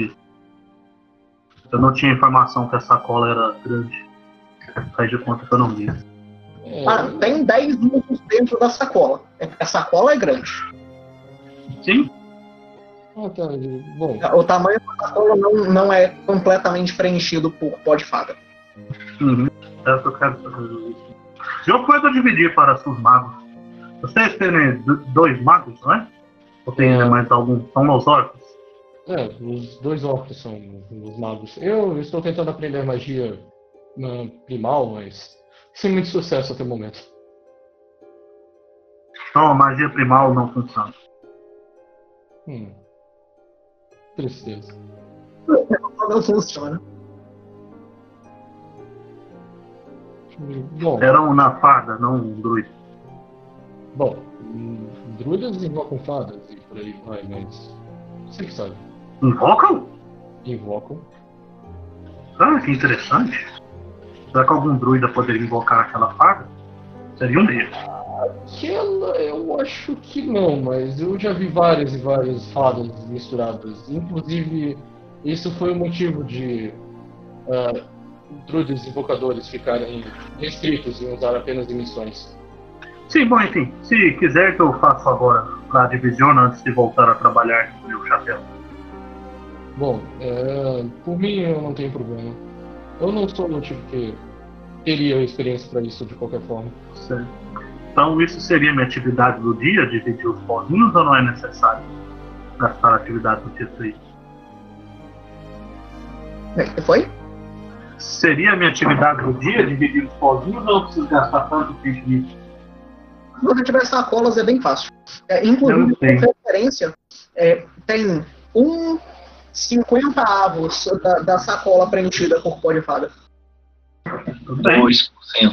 Eu não tinha informação que a sacola era grande. Faz de conta que eu não disse. Tem 10 usos dentro da sacola. A sacola é grande. Sim. Tá. Bom. O tamanho da sacola não é completamente preenchido por pó de fada. É o que eu quero saber. Eu puedo dividir para seus magos. Vocês têm 2 magos, não é? Ou tem mais algum? São os orcos? Os 2 orcos são os magos. Eu estou tentando aprender magia primal, mas sem muito sucesso até o momento. Então a magia primal não funciona. Tristeza. Não funciona. Bom, era uma fada, não um druida. Bom, druidas invocam fadas e por aí vai, mas você que sabe. Invocam? Invocam. Que interessante. Será que algum druida poderia invocar aquela fada? Seria um deles. Aquela eu acho que não, mas eu já vi várias e várias fadas misturadas. Inclusive, isso foi o motivo de druidas invocadores ficarem restritos em usar apenas em missões. Sim, bom, enfim. Se quiser que eu faça agora para a divisão antes de voltar a trabalhar com o meu chapéu. Bom, por mim eu não tenho problema. Eu não sou o tipo que teria experiência para isso de qualquer forma. Certo. Então isso seria minha atividade do dia, dividir os pozinhos, ou não é necessário gastar a atividade do dia 3? Foi? Seria a minha atividade do dia, dividir os pozinhos, ou eu preciso gastar tanto tempo nisso? Se você tiver sacolas é bem fácil. Inclusive, por referência, tem 50 avos da sacola preenchida por pó de fada. 2%.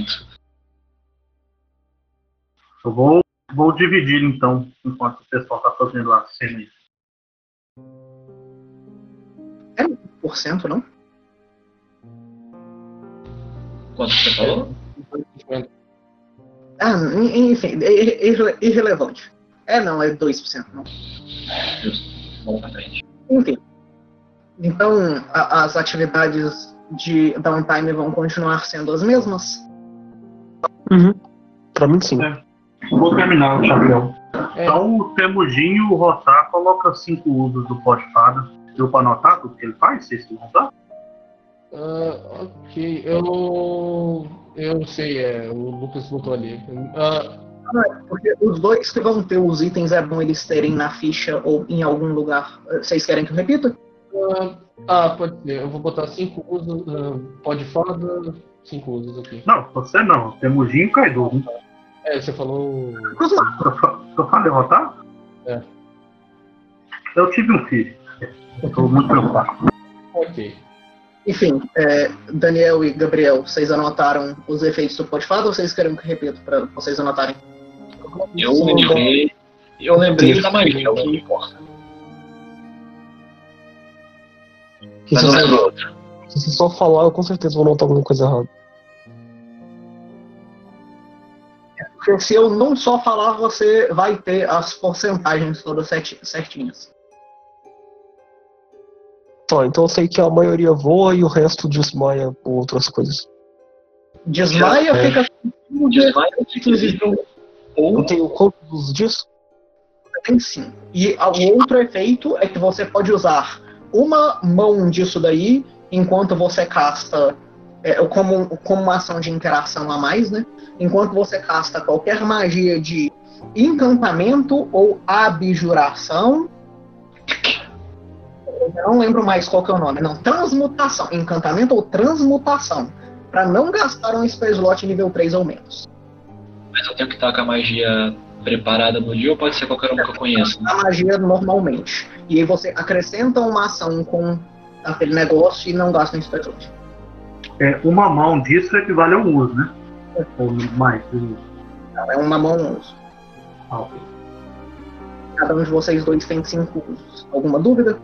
Eu vou dividir então, enquanto o pessoal está fazendo a cena aí. 18%, não? Quanto você falou? Ah, enfim, irrelevante. Não, é 2%, não. Justo. Vamos pra frente. Enfim. Então, as atividades de downtime vão continuar sendo as mesmas? Pra mim, sim. Vou terminar o chapéu. Então, o Temujinho, o Rotar, coloca 5 usos do pó de fada. Deu pra anotar tudo que ele faz? Vocês vão notar? Ok, eu sei, o Lucas botou ali. Porque os dois que vão ter os itens é bom eles terem na ficha ou em algum lugar. Vocês querem que eu repita? Pode ser. Eu vou botar 5 usos, pó de fada, 5 usos aqui. Não, você não. Temujinho e Kaido. Você falou. Eu falei Rotar? É. Eu tive um filho. Estou muito preocupado. Ok. Enfim, Daniel e Gabriel, vocês anotaram os efeitos do pó de fada ou vocês querem que eu repita para vocês anotarem? Eu lembrei da magia, é o que importa. Mas eu lembro outro. Se você só falar, eu com certeza vou notar alguma coisa errada. Porque se eu não só falar, você vai ter as porcentagens todas certinhas. Tá, então eu sei que a maioria voa e o resto desmaia por outras coisas. Desmaia, fica... Desmaia, fica... Eu tenho quantos disso? Tem sim. E o outro efeito é que você pode usar uma mão disso daí enquanto você casta, como uma ação de interação a mais, né? Enquanto você casta qualquer magia de encantamento ou abjuração. Eu não lembro mais qual que é o nome. Não, transmutação. Encantamento ou transmutação. Para não gastar um spell slot nível 3 ou menos. Mas eu tenho que estar com a magia preparada no dia ou pode ser qualquer uma que eu conheça? A magia normalmente. E aí você acrescenta uma ação com aquele negócio e não gasta um spell slot. Uma mão disso equivale a um uso, né? Ou mais. Não, é uma mão um uso. Ok. Cada um de vocês dois tem 5 usos. Alguma dúvida?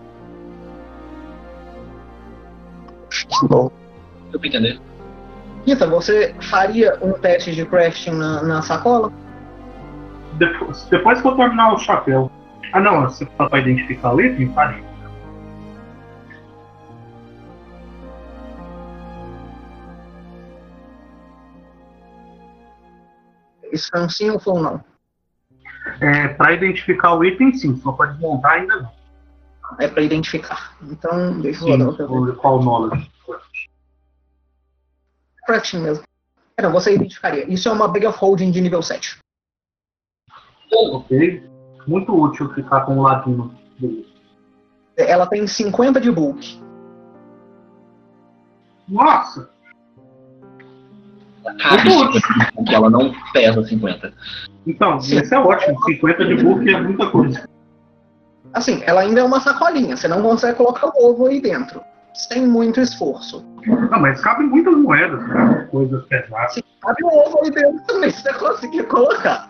Não. Deu pra entender. Rita, você faria um teste de crafting na sacola? Depois que eu terminar o chapéu. Não, você fala pra identificar o item? Faria. Isso é um sim ou foi um não? Pra identificar o item, sim. Só pra desmontar, ainda não. É pra identificar. Então, deixa eu rodar outra Qual knowledge? crafting mesmo. Não, você identificaria. Isso é uma Bag of Holding de nível 7. Ok. Muito útil ficar com o ladino. Ela tem 50 de bulk. Nossa! Cabe 50, porque ela não pesa 50. Então, sim. Esse é ótimo. 50 de bulk é muita coisa. Assim, ela ainda é uma sacolinha. Você não consegue colocar o ovo aí dentro. Sem muito esforço. Não, mas cabe muitas moedas, né? Coisas pesadas. Se cabe o ovo aí dentro também, você conseguir colocar.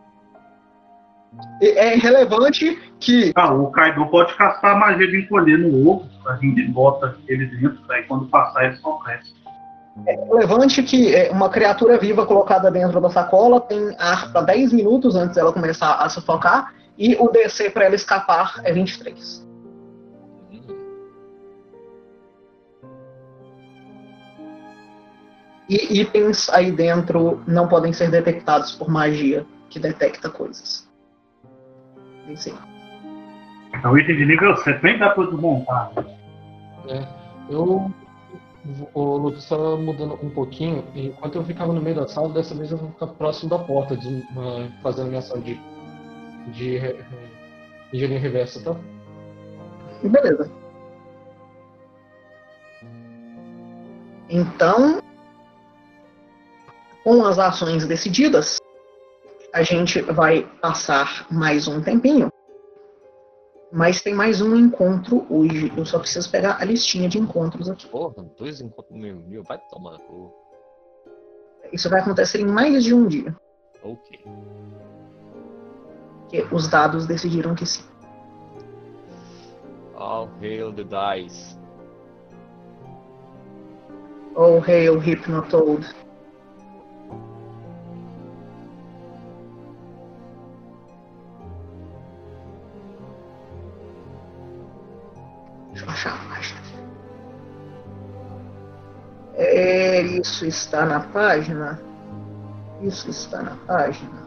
É relevante que... O Kaido pode castar a magia de encolher no ovo, a gente bota ele dentro, aí quando passar ele só cresce. É relevante que uma criatura viva colocada dentro da sacola tem ar para 10 minutos antes dela começar a sufocar, e o DC para ela escapar é 23. E itens aí dentro não podem ser detectados por magia que detecta coisas. Sim. O item de nível 7 nem dá pra desmontar. O Lucas estava mudando um pouquinho. Enquanto eu ficava no meio da sala, dessa vez eu vou ficar próximo da porta, fazendo minha ação de engenharia reversa, tá? Beleza. Então, com as ações decididas, a gente vai passar mais um tempinho. Mas tem mais um encontro hoje. Eu só preciso pegar a listinha de encontros aqui. Porra, 2 encontros meu, vai tomar. Isso vai acontecer em mais de um dia. Ok. Porque os dados decidiram que sim. All hail the dice. Oh, hail, Hypnotoad. Deixa eu achar a página. Isso está na página. Isso está na página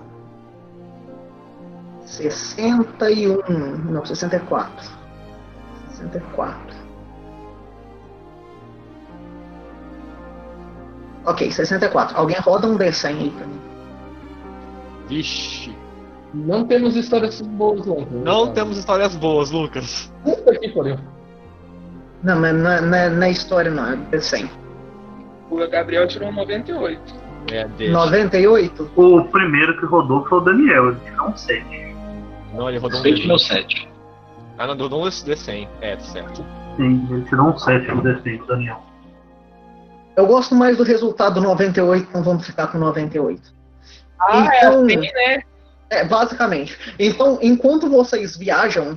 61. Não, 64. 64. Ok, 64. Alguém roda um D100 aí pra mim. Vixe. Não temos histórias boas, Lucas. Não temos histórias boas, Lucas. Puta que pariu. Não, mas não é história não, é D100. O Gabriel tirou 98. É, deixa. 98? O primeiro que rodou foi o Daniel, ele tirou um 7. Não, ele rodou um Sei que meu D20. 7. Ah, não, rodou um D100. É, certo. Sim, ele tirou um 7 no D100, o Daniel. Eu gosto mais do resultado 98, então vamos ficar com 98. Ah, Então- é assim, né? Basicamente. Então, enquanto vocês viajam,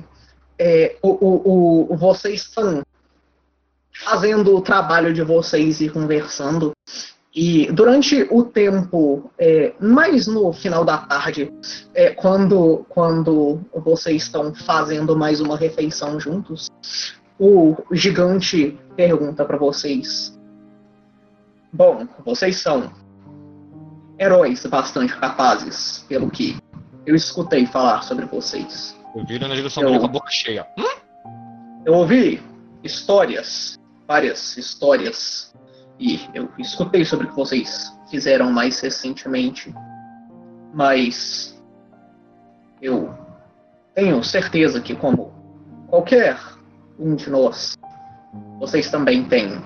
vocês estão fazendo o trabalho de vocês e conversando. E durante o tempo, mais no final da tarde, quando vocês estão fazendo mais uma refeição juntos, o gigante pergunta para vocês: bom, vocês são heróis bastante capazes, pelo que eu escutei falar sobre vocês. Eu viro na direção dele com a boca cheia. Eu ouvi histórias, várias histórias, e eu escutei sobre o que vocês fizeram mais recentemente, mas eu tenho certeza que, como qualquer um de nós, vocês também têm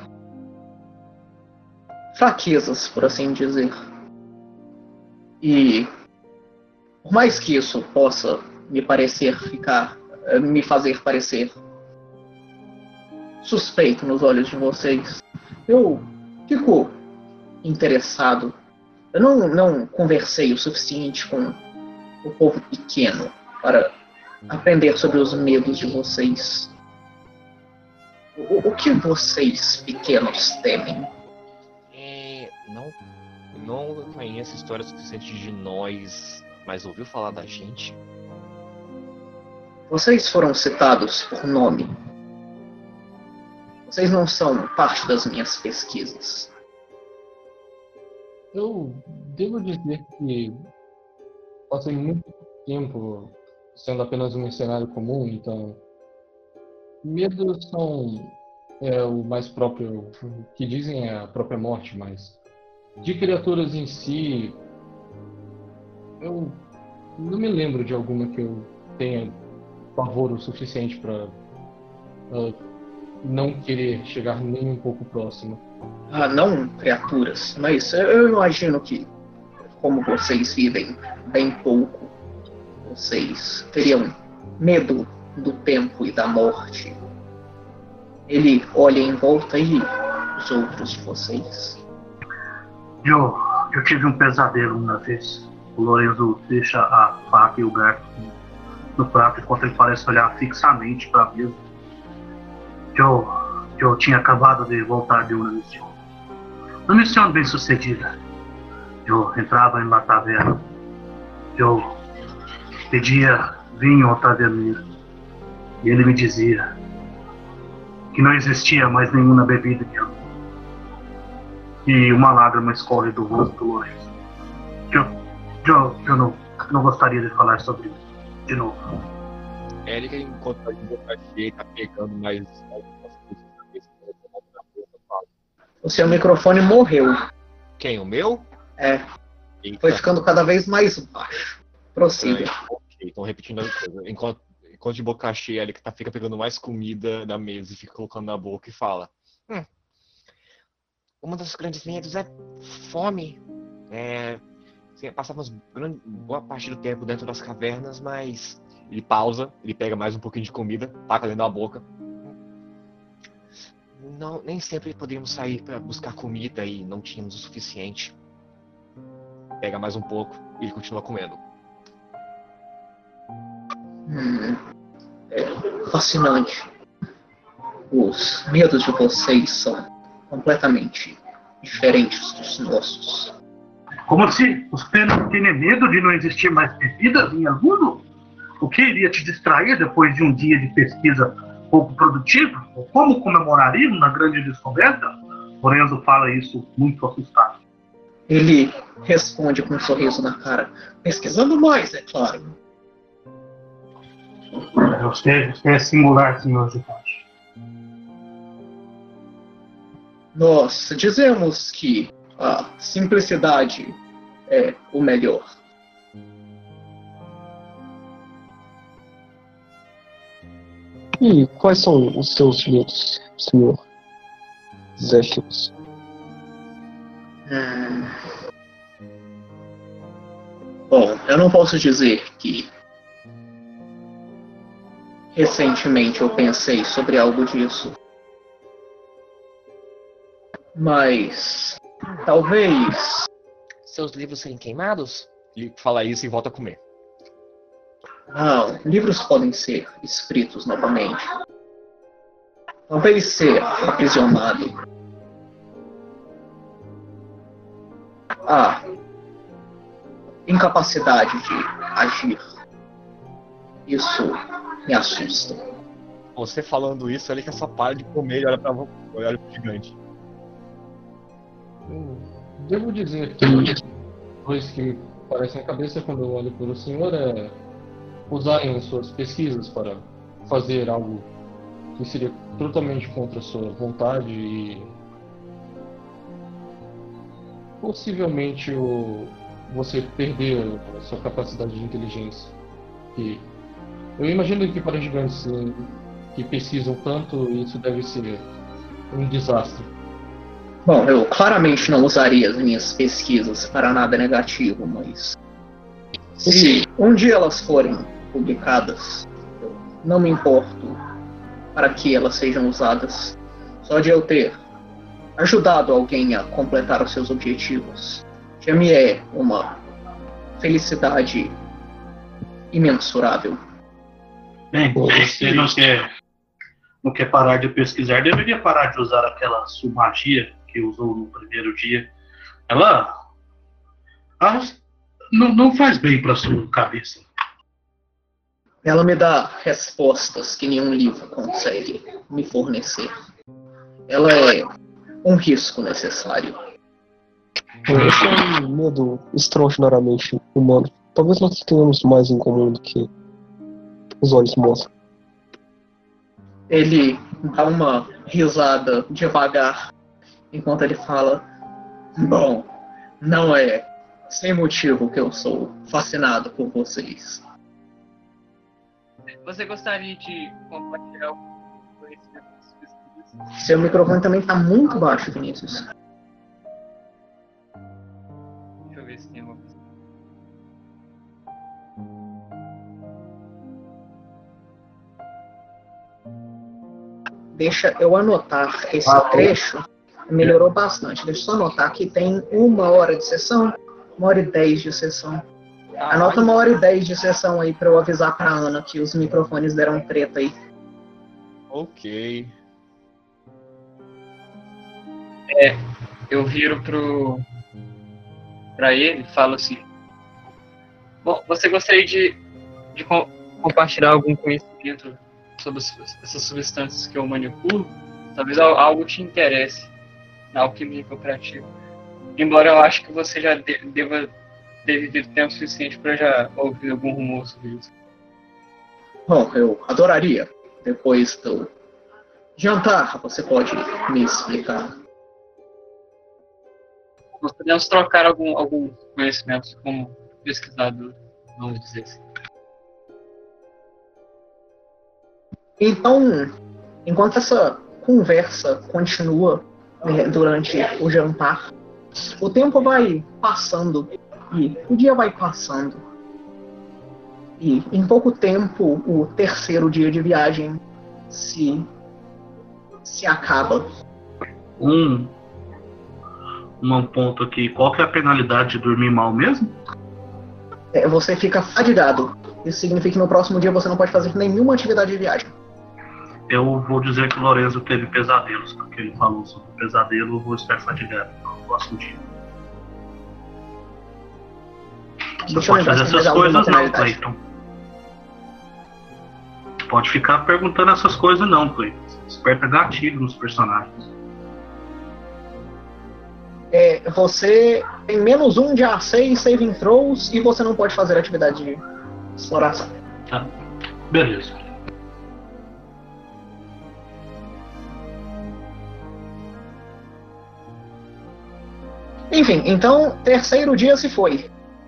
fraquezas, por assim dizer. E por mais que isso possa me fazer parecer suspeito nos olhos de vocês, eu fico interessado. Eu não conversei o suficiente com o povo pequeno para aprender sobre os medos de vocês. O que vocês pequenos temem? Não conheço história suficiente de nós, mas ouviu falar da gente? Vocês foram citados por nome. Vocês não são parte das minhas pesquisas. Eu devo dizer que passei muito tempo sendo apenas um mercenário comum, então medos são o mais próprio, o que dizem é a própria morte, mas de criaturas em si, eu não me lembro de alguma que eu tenha pavor o suficiente para não querer chegar nem um pouco próximo. Ah, não criaturas, mas eu imagino que, como vocês vivem bem pouco, vocês teriam medo do tempo e da morte. Ele olha em volta e os outros de vocês. Eu tive um pesadelo uma vez. O Lorenzo deixa a faca e o garfo no prato enquanto ele parece olhar fixamente para a mesa. Eu tinha acabado de voltar de uma missão. Uma missão bem sucedida. Eu entrava em uma taverna. Eu pedia vinho ao taverneiro. E ele me dizia que não existia mais nenhuma bebida que eu. E uma lágrima escorre do rosto do Lourenço. Eu não gostaria de falar sobre isso de novo. Érica, enquanto a boca cheia, tá pegando mais algumas coisas na cabeça, fala: O seu microfone morreu. quem? O meu? Eita. Foi ficando cada vez mais baixo. Prossiga. Ok, então repetindo a coisa. Enquanto de boca cheia, ele fica pegando mais comida da mesa e fica colocando na boca e fala: um dos grandes medos é fome. Passávamos boa parte do tempo dentro das cavernas, mas ele pausa, ele pega mais um pouquinho de comida, taca dentro da boca. Não, nem sempre podíamos sair para buscar comida e não tínhamos o suficiente. Pega mais um pouco e ele continua comendo. Fascinante. Os medos de vocês são completamente diferentes dos nossos. Como assim? Você não tem medo de não existir mais bebidas em El Mundo? O que iria te distrair depois de um dia de pesquisa pouco produtivo? Ou como comemorariam na grande descoberta? Lorenzo fala isso muito assustado. Ele responde com um sorriso na cara. Pesquisando mais, é claro. Você é singular, senhor Gigante. Nós dizemos que a simplicidade é o melhor. E quais são os seus medos, senhor Zéfiros? Bom, eu não posso dizer que recentemente eu pensei sobre algo disso. Mas talvez Seus livros serem queimados? Ele fala isso e volta a comer. não, livros podem ser escritos novamente. Talvez ser aprisionado. A incapacidade de agir. Isso me assusta. Você falando isso, ele que só para de comer e olha pro gigante. Devo dizer que coisas que me parecem na cabeça quando eu olho para o senhor é usarem suas pesquisas para fazer algo que seria totalmente contra a sua vontade e possivelmente você perder a sua capacidade de inteligência. E eu imagino que para gigantes que pesquisam tanto, isso deve ser um desastre. Bom, eu claramente não usaria as minhas pesquisas para nada negativo, mas se um dia elas forem publicadas, eu não me importo para que elas sejam usadas. Só de eu ter ajudado alguém a completar os seus objetivos já me é uma felicidade imensurável. Bem, você não quer parar de pesquisar, deveria parar de usar aquela sua magia que usou no primeiro dia. Ela não faz bem para sua cabeça. Ela me dá respostas que nenhum livro consegue me fornecer. Ela é um risco necessário. Esse é um medo extraordinariamente humano. Talvez nós tenhamos mais em comum do que os olhos mostram. Ele dá uma risada devagar enquanto ele fala: bom, não é sem motivo que eu sou fascinado por vocês. Você gostaria de compartilhar o conhecimento das pesquisas? Seu microfone também está muito baixo, Vinícius. Deixa eu ver se tem alguma coisa. Deixa eu anotar esse trecho. Melhorou bastante. Deixa eu só anotar que tem 1 hora de sessão, 1h10 de sessão. Anota 1h10 de sessão aí pra eu avisar pra Ana que os microfones deram treta aí. Ok. Eu viro pra ele e falo assim: bom, você gostaria de compartilhar algum conhecimento sobre essas substâncias que eu manipulo? Talvez algo te interesse na alquimia que eu pratico. Embora eu acho que você já deve ter tempo suficiente para já ouvir algum rumor sobre isso. Bom, eu adoraria. Depois do jantar, você pode me explicar. Nós podemos trocar algum conhecimento como pesquisador, vamos dizer assim. Então, enquanto essa conversa continua durante o jantar, o tempo vai passando e o dia vai passando. E em pouco tempo, o terceiro dia de viagem se acaba. Um ponto aqui. Qual que é a penalidade de dormir mal mesmo? Você fica fadigado. Isso significa que no próximo dia você não pode fazer nenhuma atividade de viagem. Eu vou dizer que o Lorenzo teve pesadelos, porque ele falou sobre pesadelo, eu vou estar fatigado. próximo dia. Você Deixa eu pode lembrar fazer se tem essas mais alguma coisas não, finalidade. Clayton. Pode ficar perguntando essas coisas não, Clayton. Desperta gatilho nos personagens. Você tem -1 de AC e saving throws e você não pode fazer atividade de exploração. Tá. Beleza. Enfim, então, terceiro dia se foi.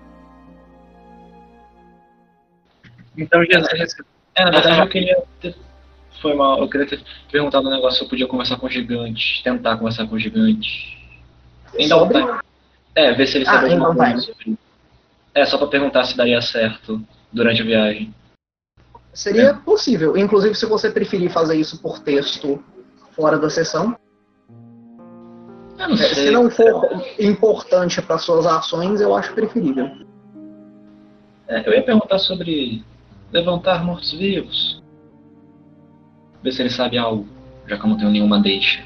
Então, Jesus. Na verdade eu queria ter... Foi mal, eu queria ter perguntado um negócio se eu podia conversar com o gigante. Tentar conversar com o gigante. Ainda Sobre? ver se ele sabe ainda alguma vai. coisa sobre... só pra perguntar se daria certo durante a viagem. Seria possível, inclusive se você preferir fazer isso por texto fora da sessão. Eu não sei. Se não for importante para suas ações, eu acho preferível. Eu ia perguntar sobre levantar mortos-vivos. Ver se ele sabe algo, já que eu não tenho nenhuma deixa.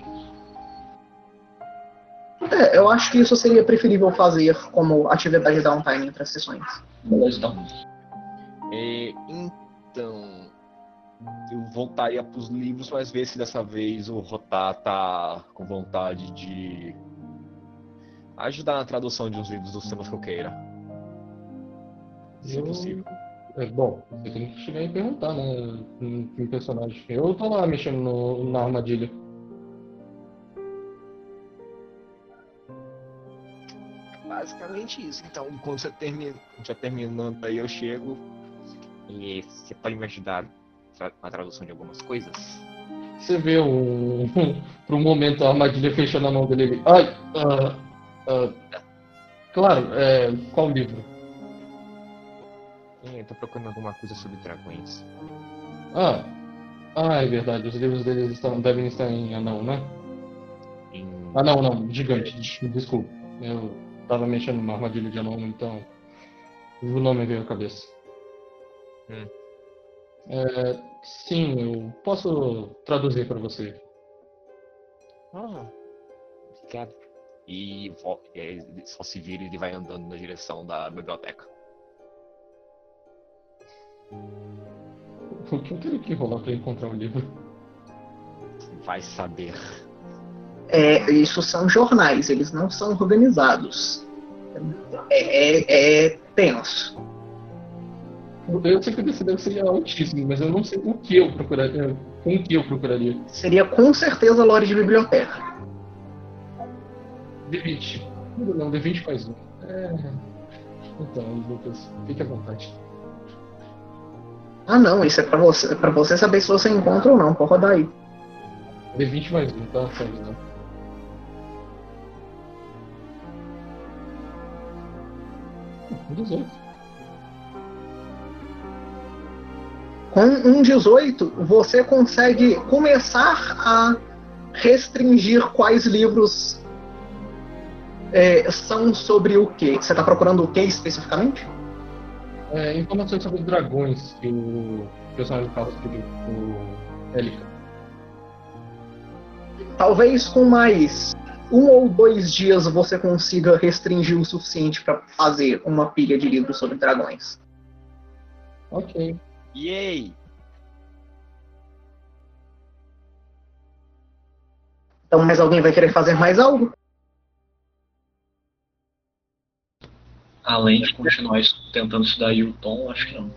Eu acho que isso seria preferível fazer como atividade downtime entre as sessões. Beleza, então. Então, eu voltaria pros livros, mas ver se dessa vez o Rotar tá com vontade de ajudar na tradução de uns livros dos temas que eu queira. Se possível. Bom, você tem que chegar e perguntar, né? Um personagem. Eu tô lá mexendo na armadilha. Basicamente isso. Então, quando você já terminando aí, eu chego e você pode me ajudar na tradução de algumas coisas? Você vê por um momento a armadilha fechando a mão dele. Ele, ai, claro, qual livro? Eu tô procurando alguma coisa sobre dragões. É verdade, os livros deles devem estar em anão, né? Não, gigante, desculpa. Eu tava mexendo numa armadilha de anão, então o nome veio à cabeça. Sim, eu posso traduzir para você. Obrigado. E só se vira e ele vai andando na direção da biblioteca. O que eu teria que rolar para encontrar o livro? Vai saber. Isso são jornais, eles não são organizados. É tenso. Eu sei que esse deve ser altíssimo, mas eu não sei o que eu procuraria. Com o que eu procuraria? Seria com certeza lore de biblioteca. D20. Não, D20 faz um. Então, Lucas, fique à vontade. Não, isso é pra você saber se você encontra ou não. Pode rodar aí. D20 mais um, tá? Só avisando. Um 18. Com um 18, você consegue começar a restringir quais livros são sobre o quê? Você está procurando o quê especificamente? Informações sobre dragões que o personagem fala sobre o Elika. Talvez com mais 1 ou 2 dias você consiga restringir o suficiente para fazer uma pilha de livros sobre dragões. Ok. Yay! Então, mais alguém vai querer fazer mais algo? Além de continuar tentando estudar Yulton, acho que não.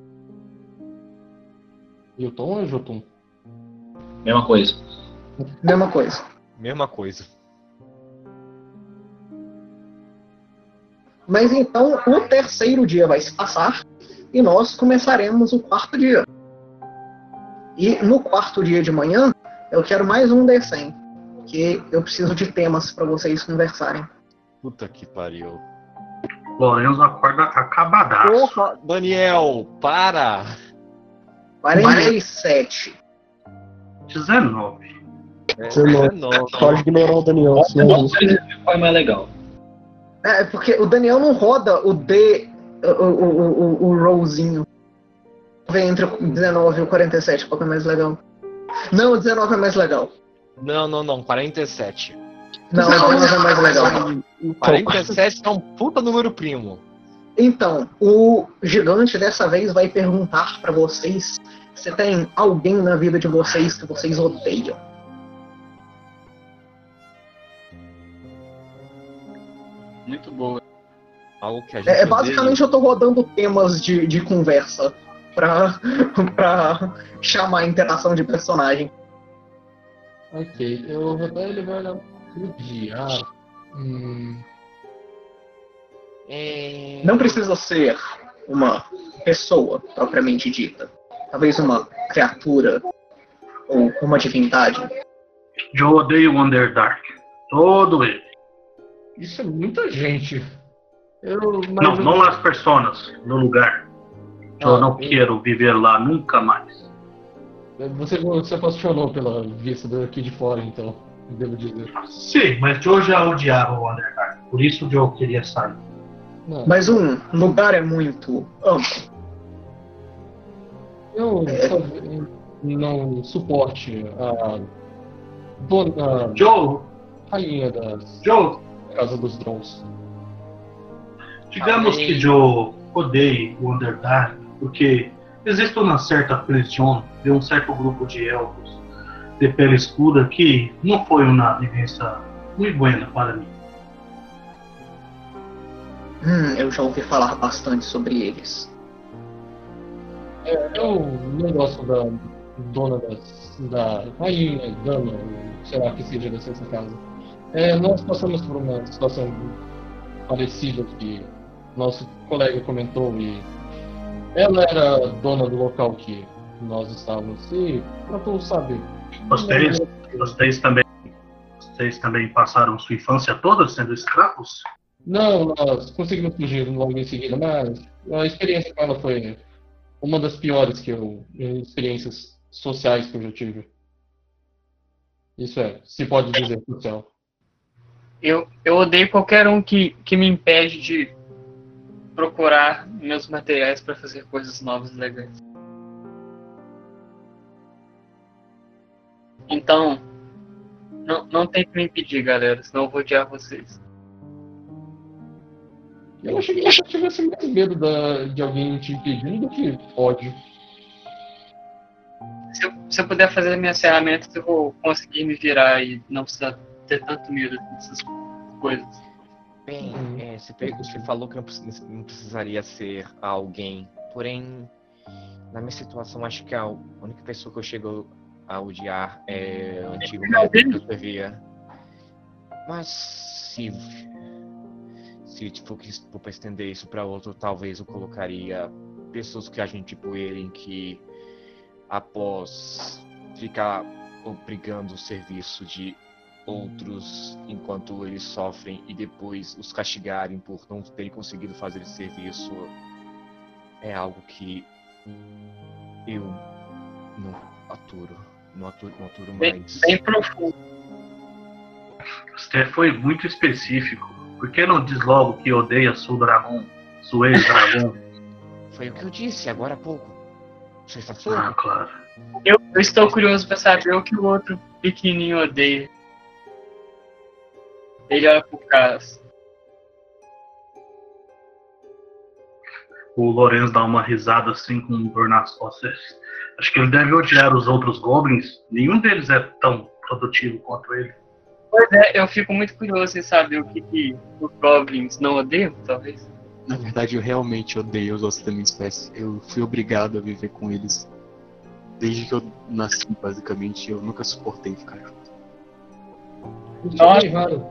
Yulton ou Jotun? Mesma coisa. Mesma coisa. Mesma coisa. Mas então, o terceiro dia vai se passar e nós começaremos o quarto dia. E no quarto dia de manhã, eu quero mais um D100, que eu preciso de temas para vocês conversarem. Puta que pariu. Lorenzo acorda acabadaço. Porra, Daniel, para! 47. 19. 19. Pode ignorar o Daniel. Vamos ver qual é mais legal. Porque o Daniel não roda o D, o rollzinho. Vem entre o 19 e o 47, qual que é mais legal? Não, o 19 é mais legal. Não, 47. Não, apenas é mais legal. 47 é um puta número primo. Então, o gigante dessa vez vai perguntar pra vocês se tem alguém na vida de vocês que vocês odeiam. Muito boa. Algo que a gente Basicamente, eu tô rodando temas de conversa pra chamar a interação de personagem. Ok, eu vou dar ele vai olhar pro dia. Não precisa ser uma pessoa propriamente dita. Talvez uma criatura ou uma divindade. Eu odeio o Underdark. Todo ele. Isso é muita gente. Não as personas, no lugar. Eu não quero viver lá nunca mais. Você se apaixonou pela vista daqui de fora, então, devo dizer. Sim, mas Joe já odiava o Underdark. Por isso Joe queria sair. Não. Mas um lugar é muito amplo. Eu talvez não suporte a dona Joe, rainha da Casa dos Drons. digamos que Joe odeie o Underdark, porque existe uma certa prisão de um certo grupo de elfos de pele escura que não foi uma vivência muito boa para mim. Eu já ouvi falar bastante sobre eles. Eu não gosto da dona da rainha, dama, sei lá que seja dessa casa. Nós passamos por uma situação parecida que nosso colega comentou e ela era dona do local que nós estávamos e pra tu saber. Vocês também passaram sua infância toda sendo escravos? Não, nós conseguimos fugir logo em seguida, mas a experiência com ela foi uma das piores experiências sociais que eu já tive. Isso se pode dizer social. Eu odeio qualquer um que me impede de procurar meus materiais para fazer coisas novas e legais. Então, não tente me impedir, galera, senão eu vou odiar vocês. Eu achei que você tivesse mais medo de alguém te impedindo do que ódio. Se eu puder fazer minhas ferramentas, eu vou conseguir me virar e não precisar ter tanto medo dessas coisas. Bem, você falou que não precisaria ser alguém. Porém, na minha situação, acho que a única pessoa que eu chego a odiar é o antigo médico que eu servia. Mas se for para estender isso para outro, talvez eu colocaria pessoas que agem tipo ele, em que após ficar obrigando o serviço de outros enquanto eles sofrem e depois os castigarem por não terem conseguido fazer esse serviço, é algo que eu não aturo mais. Bem profundo. Você foi muito específico. Por que não diz logo que odeia seu dragão, seu ex-dragão? Foi o que eu disse agora há pouco. Você está surdo? Claro. Eu estou curioso para saber o que o outro pequenininho odeia. Ele olha pro Cass. O Lorenzo dá uma risada assim com dor nas costas. Acho que ele deve odiar os outros goblins. Nenhum deles é tão produtivo quanto ele. Pois é, eu fico muito curioso em saber o que os goblins não odeiam, talvez. Na verdade, eu realmente odeio os ossos da minha espécie. Eu fui obrigado a viver com eles. Desde que eu nasci, basicamente, eu nunca suportei ficar junto. Nossa.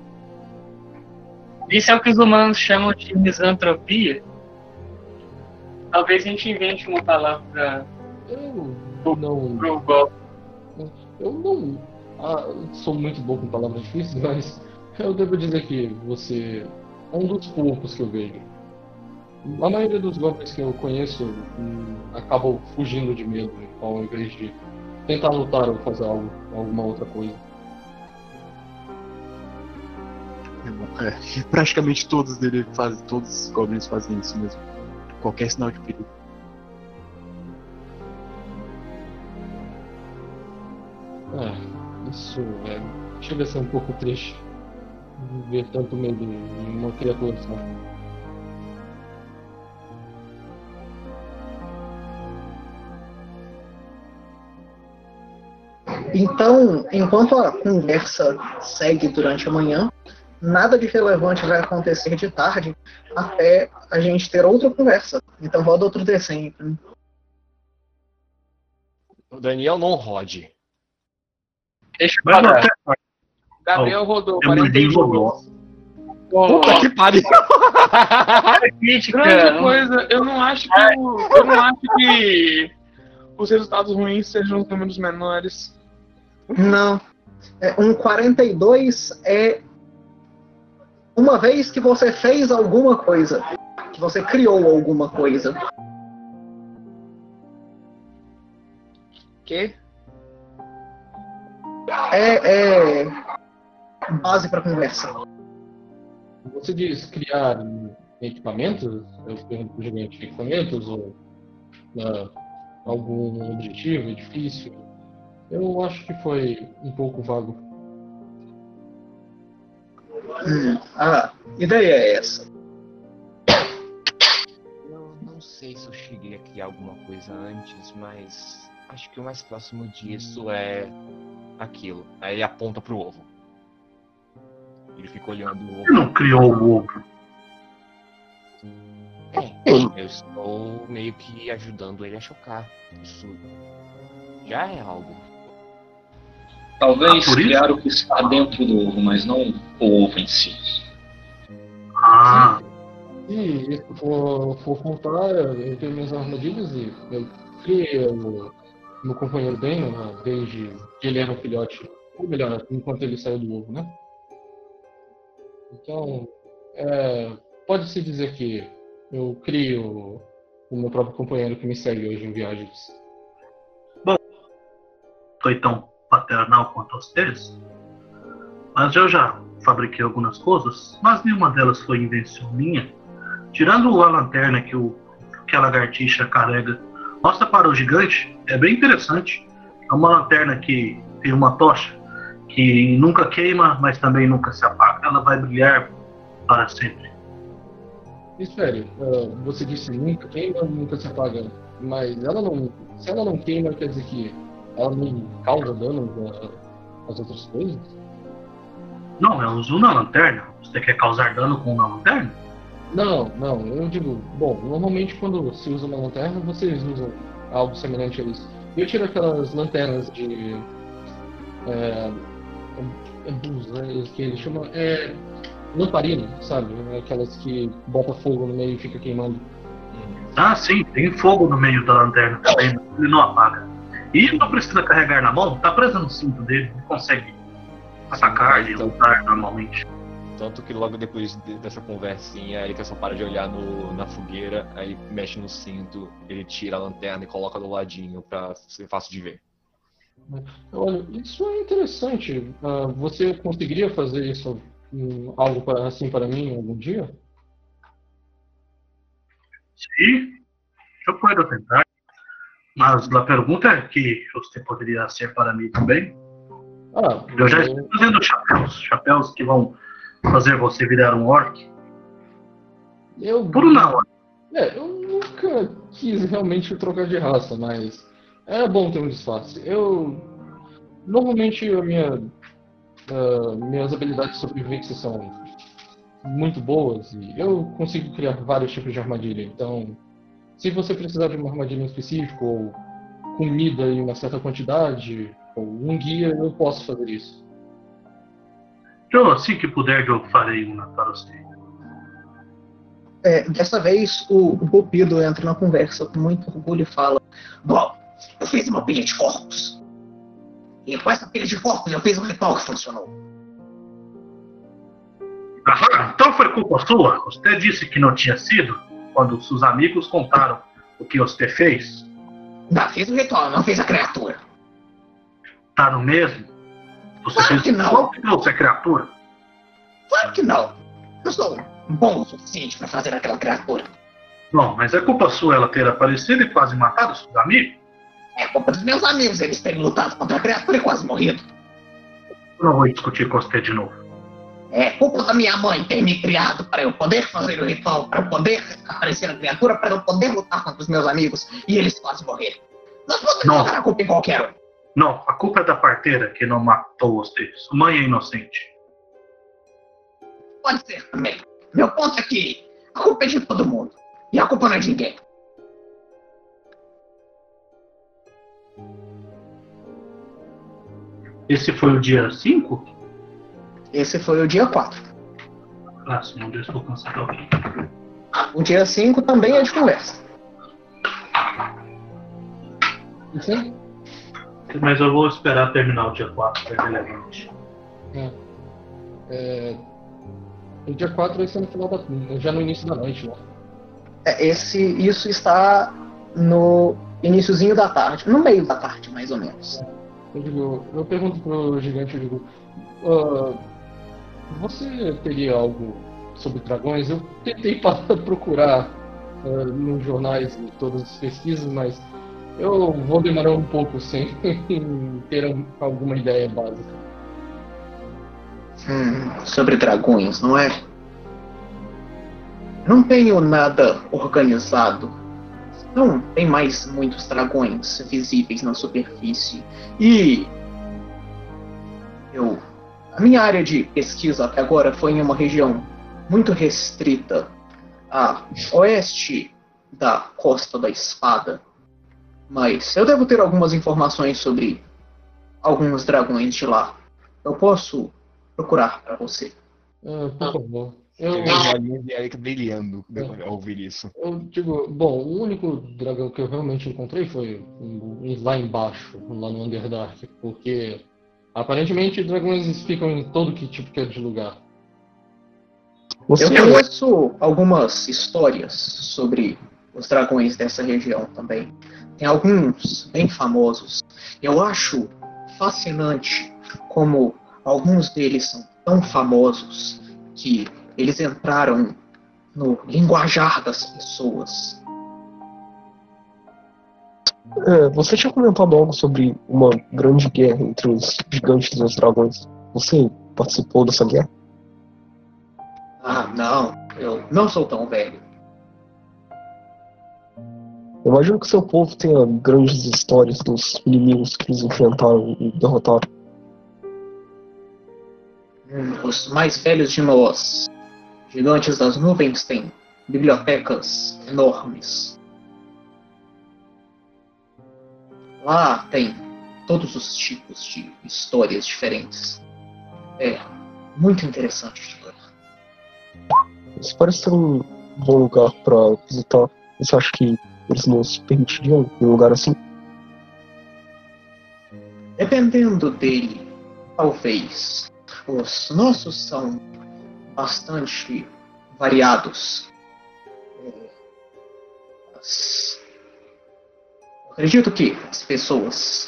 Isso é o que os humanos chamam de misantropia. Talvez a gente invente uma palavra pro goblin. Eu não sou muito bom com palavras difíceis, mas eu devo dizer que você é um dos poucos que eu vejo. A maioria dos goblins que eu conheço acabam fugindo de medo, ao invés de tentar lutar ou fazer alguma outra coisa. Praticamente todos os goblins fazem isso mesmo. Qualquer sinal de perigo. Isso chega a ser um pouco triste. ver tanto medo em uma criatura só. Então, enquanto a conversa segue durante a manhã, nada de relevante vai acontecer de tarde até a gente ter outra conversa. Então roda outro desenho. O Daniel não rode. Deixa eu Mas parar. até Gabriel rodou eu mandei 42. rodou. Puta que pariu! Crítica. Grande coisa, eu não acho que os resultados ruins sejam os números menores. Não. Um 42 é uma vez que você fez alguma coisa. Que você criou alguma coisa. Que? É base para conversa. Você diz criar equipamentos? Eu pergunto pro gigante, equipamentos ou algum objetivo, edifício? Eu acho que foi um pouco vago. A ideia é essa. Eu não sei se eu cheguei a criar alguma coisa antes, mas acho que o mais próximo disso é aquilo. Aí ele aponta pro ovo. Ele fica olhando o Ele ovo. não criou o ovo. Eu estou meio que ajudando ele a chocar. Isso já é algo. Talvez por isso? criar o que está dentro do ovo, mas não o ovo em si. Ah, Se isso for contar, eu tenho minhas armadilhas e eu criei o meu companheiro Ben, desde que ele era um filhote, ou melhor, enquanto ele saiu do ovo, né? Então, pode-se dizer que eu crio o meu próprio companheiro que me segue hoje em viagens. foi tão paternal quanto vocês. Mas eu já fabriquei algumas coisas, mas nenhuma delas foi invenção minha. Tirando a lanterna que a lagartixa carrega, mostra para o gigante, é bem interessante. É uma lanterna que tem uma tocha que nunca queima, mas também nunca se apaga. Ela vai brilhar para sempre. Espere, você disse nunca queima, nunca se apaga, mas se ela não queima, quer dizer que ela não causa dano às outras coisas? Não, eu uso na lanterna. Você quer causar dano com uma lanterna? Não, eu digo, bom, normalmente quando se usa uma lanterna, vocês usam algo semelhante a isso. Eu tiro aquelas lanternas de que eles chamam lamparina, sabe? Aquelas que bota fogo no meio e fica queimando. Ah, sim, tem fogo no meio da lanterna também, ele não apaga. E não precisa carregar na mão, tá preso no cinto dele, ele consegue atacar e lutar normalmente. Tanto que logo depois dessa conversinha, a Erika só para de olhar na fogueira, aí mexe no cinto, ele tira a lanterna e coloca do ladinho pra ser fácil de ver. Olha, isso é interessante. Você conseguiria fazer isso, algo assim para mim algum dia? Sim, eu posso tentar. Mas a pergunta é que você poderia ser para mim também. Eu já estou fazendo chapéus que vão fazer você virar um orc. Por não. Eu nunca quis realmente trocar de raça, mas é bom ter um disfarce. Normalmente minhas habilidades de sobrevivência são muito boas e eu consigo criar vários tipos de armadilha. Então, se você precisar de uma armadilha em específico, ou comida em uma certa quantidade, ou um guia, eu posso fazer isso. Eu, assim que puder, eu farei uma para você. Dessa vez, o Bopido entra na conversa com muito orgulho e fala: bom, eu fiz uma pilha de corpos. E com essa pilha de corpos eu fiz um ritual que funcionou. Então foi culpa sua? Você disse que não tinha sido quando seus amigos contaram o que você fez? Não, fiz o ritual, não fiz a criatura. Tá no mesmo? Você Claro fez que não. o que trouxe a criatura? Claro que não. Não sou bom o suficiente para fazer aquela criatura. Bom, mas é culpa sua ela ter aparecido e quase matado seus amigos? É culpa dos meus amigos eles terem lutado contra a criatura e quase morrido. Eu não vou discutir com você de novo. É culpa da minha mãe ter me criado para eu poder fazer o ritual, para eu poder aparecer a criatura, para eu poder lutar contra os meus amigos e eles quase morrerem. Nós podemos Não. colocar a culpa em qualquer um. Não, a culpa é da parteira que não matou vocês. Sua mãe é inocente. Pode ser também. Meu ponto é que a culpa é de todo mundo. E a culpa não é de ninguém. Esse foi o dia 5? Esse foi o dia 4. Ah, sim, meu Deus, estou cansado alguém. O dia 5 também é de conversa. Sim? Mas eu vou esperar terminar o dia 4, que é relevante. O dia 4 vai ser no final já no início da noite, né? Isso está no iniciozinho da tarde, no meio da tarde, mais ou menos. Eu pergunto pro gigante, eu digo, você teria algo sobre dragões? Eu tentei procurar nos jornais e todas as pesquisas, mas eu vou demorar um pouco sem ter alguma ideia básica. Sobre dragões, não é? Não tenho nada organizado. Não tem mais muitos dragões visíveis na superfície. E a minha área de pesquisa até agora foi em uma região muito restrita a oeste da Costa da Espada. Mas eu devo ter algumas informações sobre alguns dragões de lá. Eu posso procurar para você. Por favor. Eu vejo a linha de Eric brilhando ao ouvir isso. Eu digo, bom, o único dragão que eu realmente encontrei foi lá embaixo, lá no Underdark, porque aparentemente dragões ficam em todo que tipo de lugar. Eu conheço algumas histórias sobre os dragões dessa região também. Tem alguns bem famosos. Eu acho fascinante como alguns deles são tão famosos que eles entraram no linguajar das pessoas. Você tinha comentado algo sobre uma grande guerra entre os gigantes e os dragões. Você participou dessa guerra? Ah, não. Eu não sou tão velho. Eu imagino que seu povo tenha grandes histórias dos inimigos que eles enfrentaram e derrotaram. Os mais velhos de nós, gigantes das nuvens, têm bibliotecas enormes. Lá tem todos os tipos de histórias diferentes. É muito interessante de ler. Isso parece ser um bom lugar para visitar. Você acha que eles nos permitiriam em um lugar assim? Dependendo dele, talvez. Os nossos são bastante variados. Acredito que as pessoas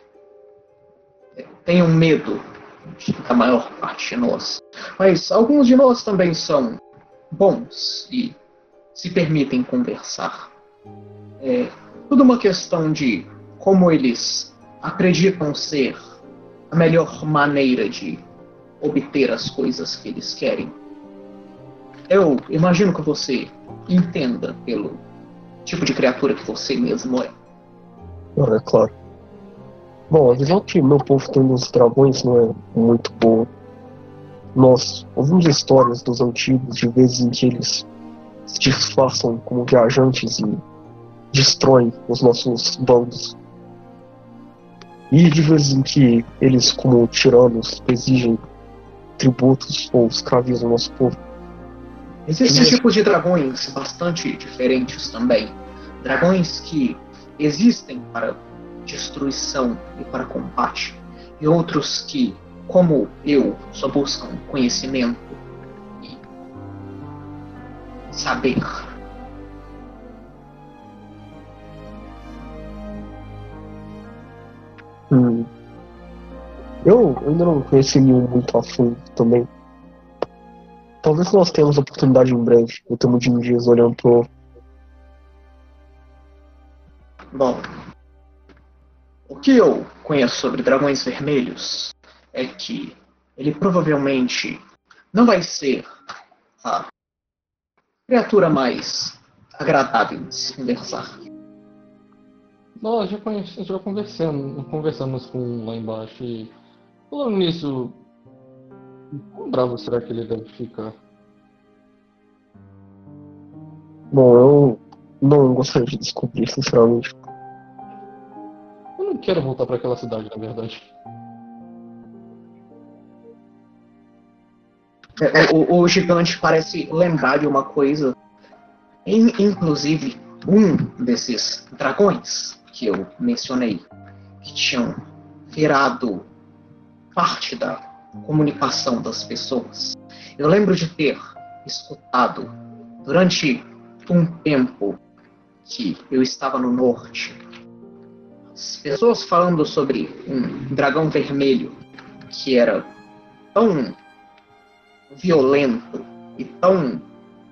tenham medo da maior parte de nós. Mas alguns de nós também são bons e se permitem conversar. É tudo uma questão de como eles acreditam ser a melhor maneira de obter as coisas que eles querem. Eu imagino que você entenda pelo tipo de criatura que você mesmo é. É claro. Bom, a visão que meu povo tem dos dragões não é muito boa. Nós ouvimos histórias dos antigos de vezes em que eles se disfarçam como viajantes e destroem os nossos bandos. E de vezes em que eles, como tiranos, exigem tributos ou escravizam o nosso povo. Existem tipos de dragões bastante diferentes também. Dragões que existem para destruição e para combate. E outros que, como eu, só buscam conhecimento e saber. Eu ainda não conheci nenhum muito a fundo também. Talvez nós tenhamos a oportunidade em breve. Eu tenho de dias olhando pro... Bom, o que eu conheço sobre dragões vermelhos é que ele provavelmente não vai ser a criatura mais agradável de se conversar. Nós já conversamos com um lá embaixo e falando nisso, quão bravo será que ele deve ficar? Bom, eu não gostaria de descobrir, sinceramente. Eu não quero voltar para aquela cidade, na verdade. O gigante parece lembrar de uma coisa. Inclusive, um desses dragões que eu mencionei, que tinham virado parte da comunicação das pessoas. Eu lembro de ter escutado durante um tempo que eu estava no norte, as pessoas falando sobre um dragão vermelho que era tão violento e tão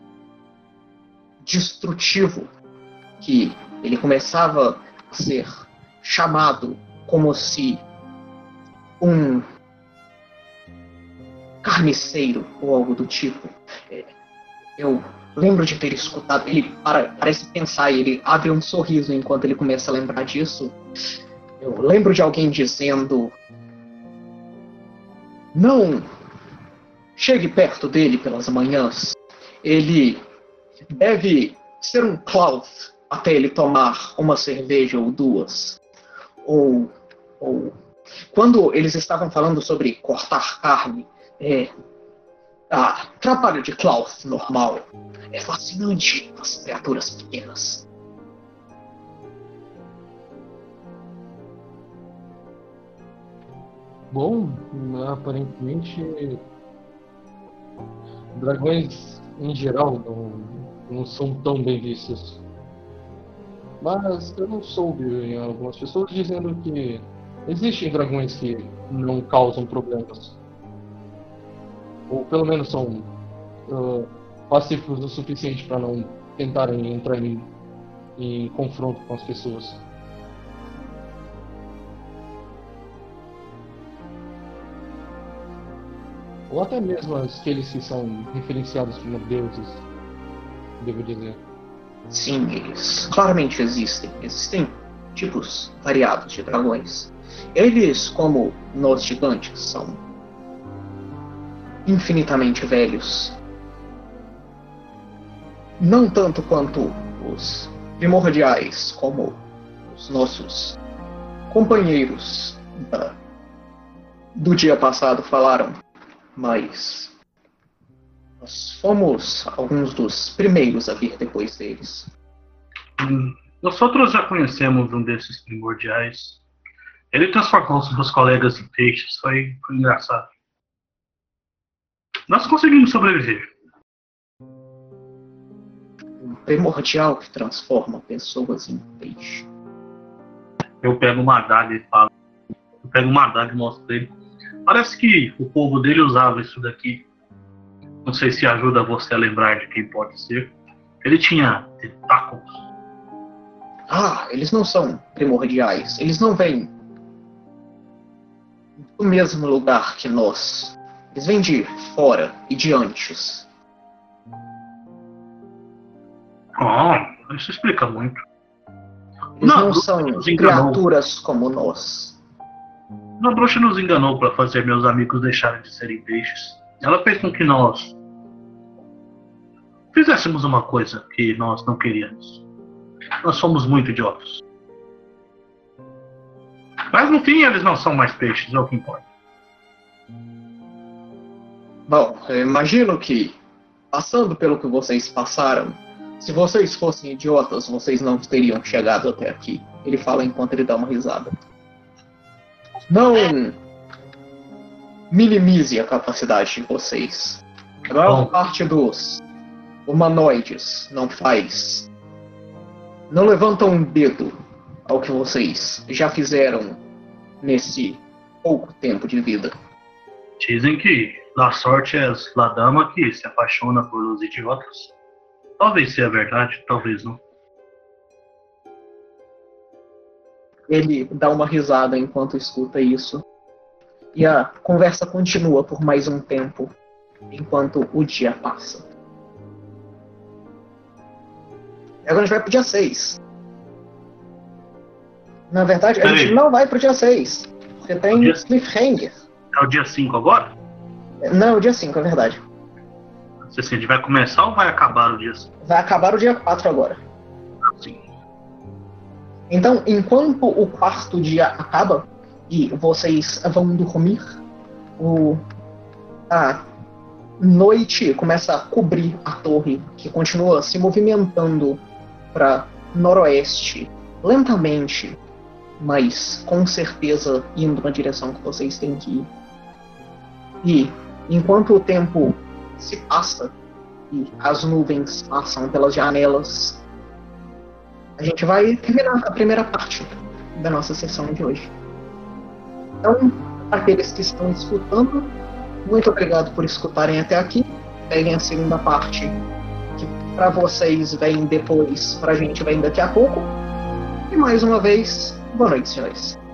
destrutivo que ele começava a ser chamado como se um carniceiro ou algo do tipo. Eu lembro de ter escutado, ele parece pensar e ele abre um sorriso enquanto ele começa a lembrar disso. Eu lembro de alguém dizendo: não chegue perto dele pelas manhãs. Ele deve ser um Cloth até ele tomar uma cerveja ou duas. Ou quando eles estavam falando sobre cortar carne, trabalho de Cloth normal é fascinante as criaturas pequenas. Bom, aparentemente dragões em geral não são tão bem vistos. Mas eu não soube em algumas pessoas dizendo que existem dragões que não causam problemas. Ou pelo menos são pacíficos o suficiente para não tentarem entrar em confronto com as pessoas. Ou até mesmo aqueles que são referenciados como deuses, devo dizer. Sim, eles claramente existem. Existem tipos variados de dragões. Eles, como nós gigantes, são infinitamente velhos. Não tanto quanto os primordiais, como os nossos companheiros do dia passado falaram, mas nós fomos alguns dos primeiros a vir depois deles. Nós outros já conhecemos um desses primordiais. Ele transformou os meus colegas em peixes, foi engraçado. Nós conseguimos sobreviver. Um primordial que transforma pessoas em peixe. Eu pego uma adaga e falo. Eu pego uma adaga e mostro pra ele. Parece que o povo dele usava isso daqui. Não sei se ajuda você a lembrar de quem pode ser. Ele tinha tentáculos. Eles não são primordiais. Eles não vêm do mesmo lugar que nós. Eles vêm de fora e de antes. Isso explica muito. Eles não são criaturas como nós. A bruxa nos enganou para fazer meus amigos deixarem de serem peixes. Ela fez com que nós fizéssemos uma coisa que nós não queríamos. Nós somos muito idiotas. Mas no fim eles não são mais peixes, é o que importa. Bom, eu imagino que, passando pelo que vocês passaram, se vocês fossem idiotas, vocês não teriam chegado até aqui. Ele fala enquanto ele dá uma risada. Não minimize a capacidade de vocês. A maior parte dos humanoides não levantam um dedo ao que vocês já fizeram nesse pouco tempo de vida. Dizem que a sorte é a dama que se apaixona por os idiotas. Talvez seja verdade, talvez não. Ele dá uma risada enquanto escuta isso. E a conversa continua por mais um tempo. enquanto o dia passa. E agora a gente vai pro dia 6. Na verdade, a gente não vai pro dia 6. Porque tem cliffhanger. É o dia 5 agora? Não, é o dia 5, é verdade. Se assim, a gente vai começar ou vai acabar o dia 5? Vai acabar o dia 4 agora. Sim. Então, enquanto o quarto dia acaba e vocês vão dormir, a noite começa a cobrir a torre, que continua se movimentando para noroeste, lentamente, mas com certeza indo na direção que vocês têm que ir. E enquanto o tempo se passa e as nuvens passam pelas janelas, a gente vai terminar a primeira parte da nossa sessão de hoje. Então, para aqueles que estão escutando, muito obrigado por escutarem até aqui. Peguem a segunda parte, que para vocês vem depois, para a gente vem daqui a pouco. E mais uma vez, boa noite, senhores.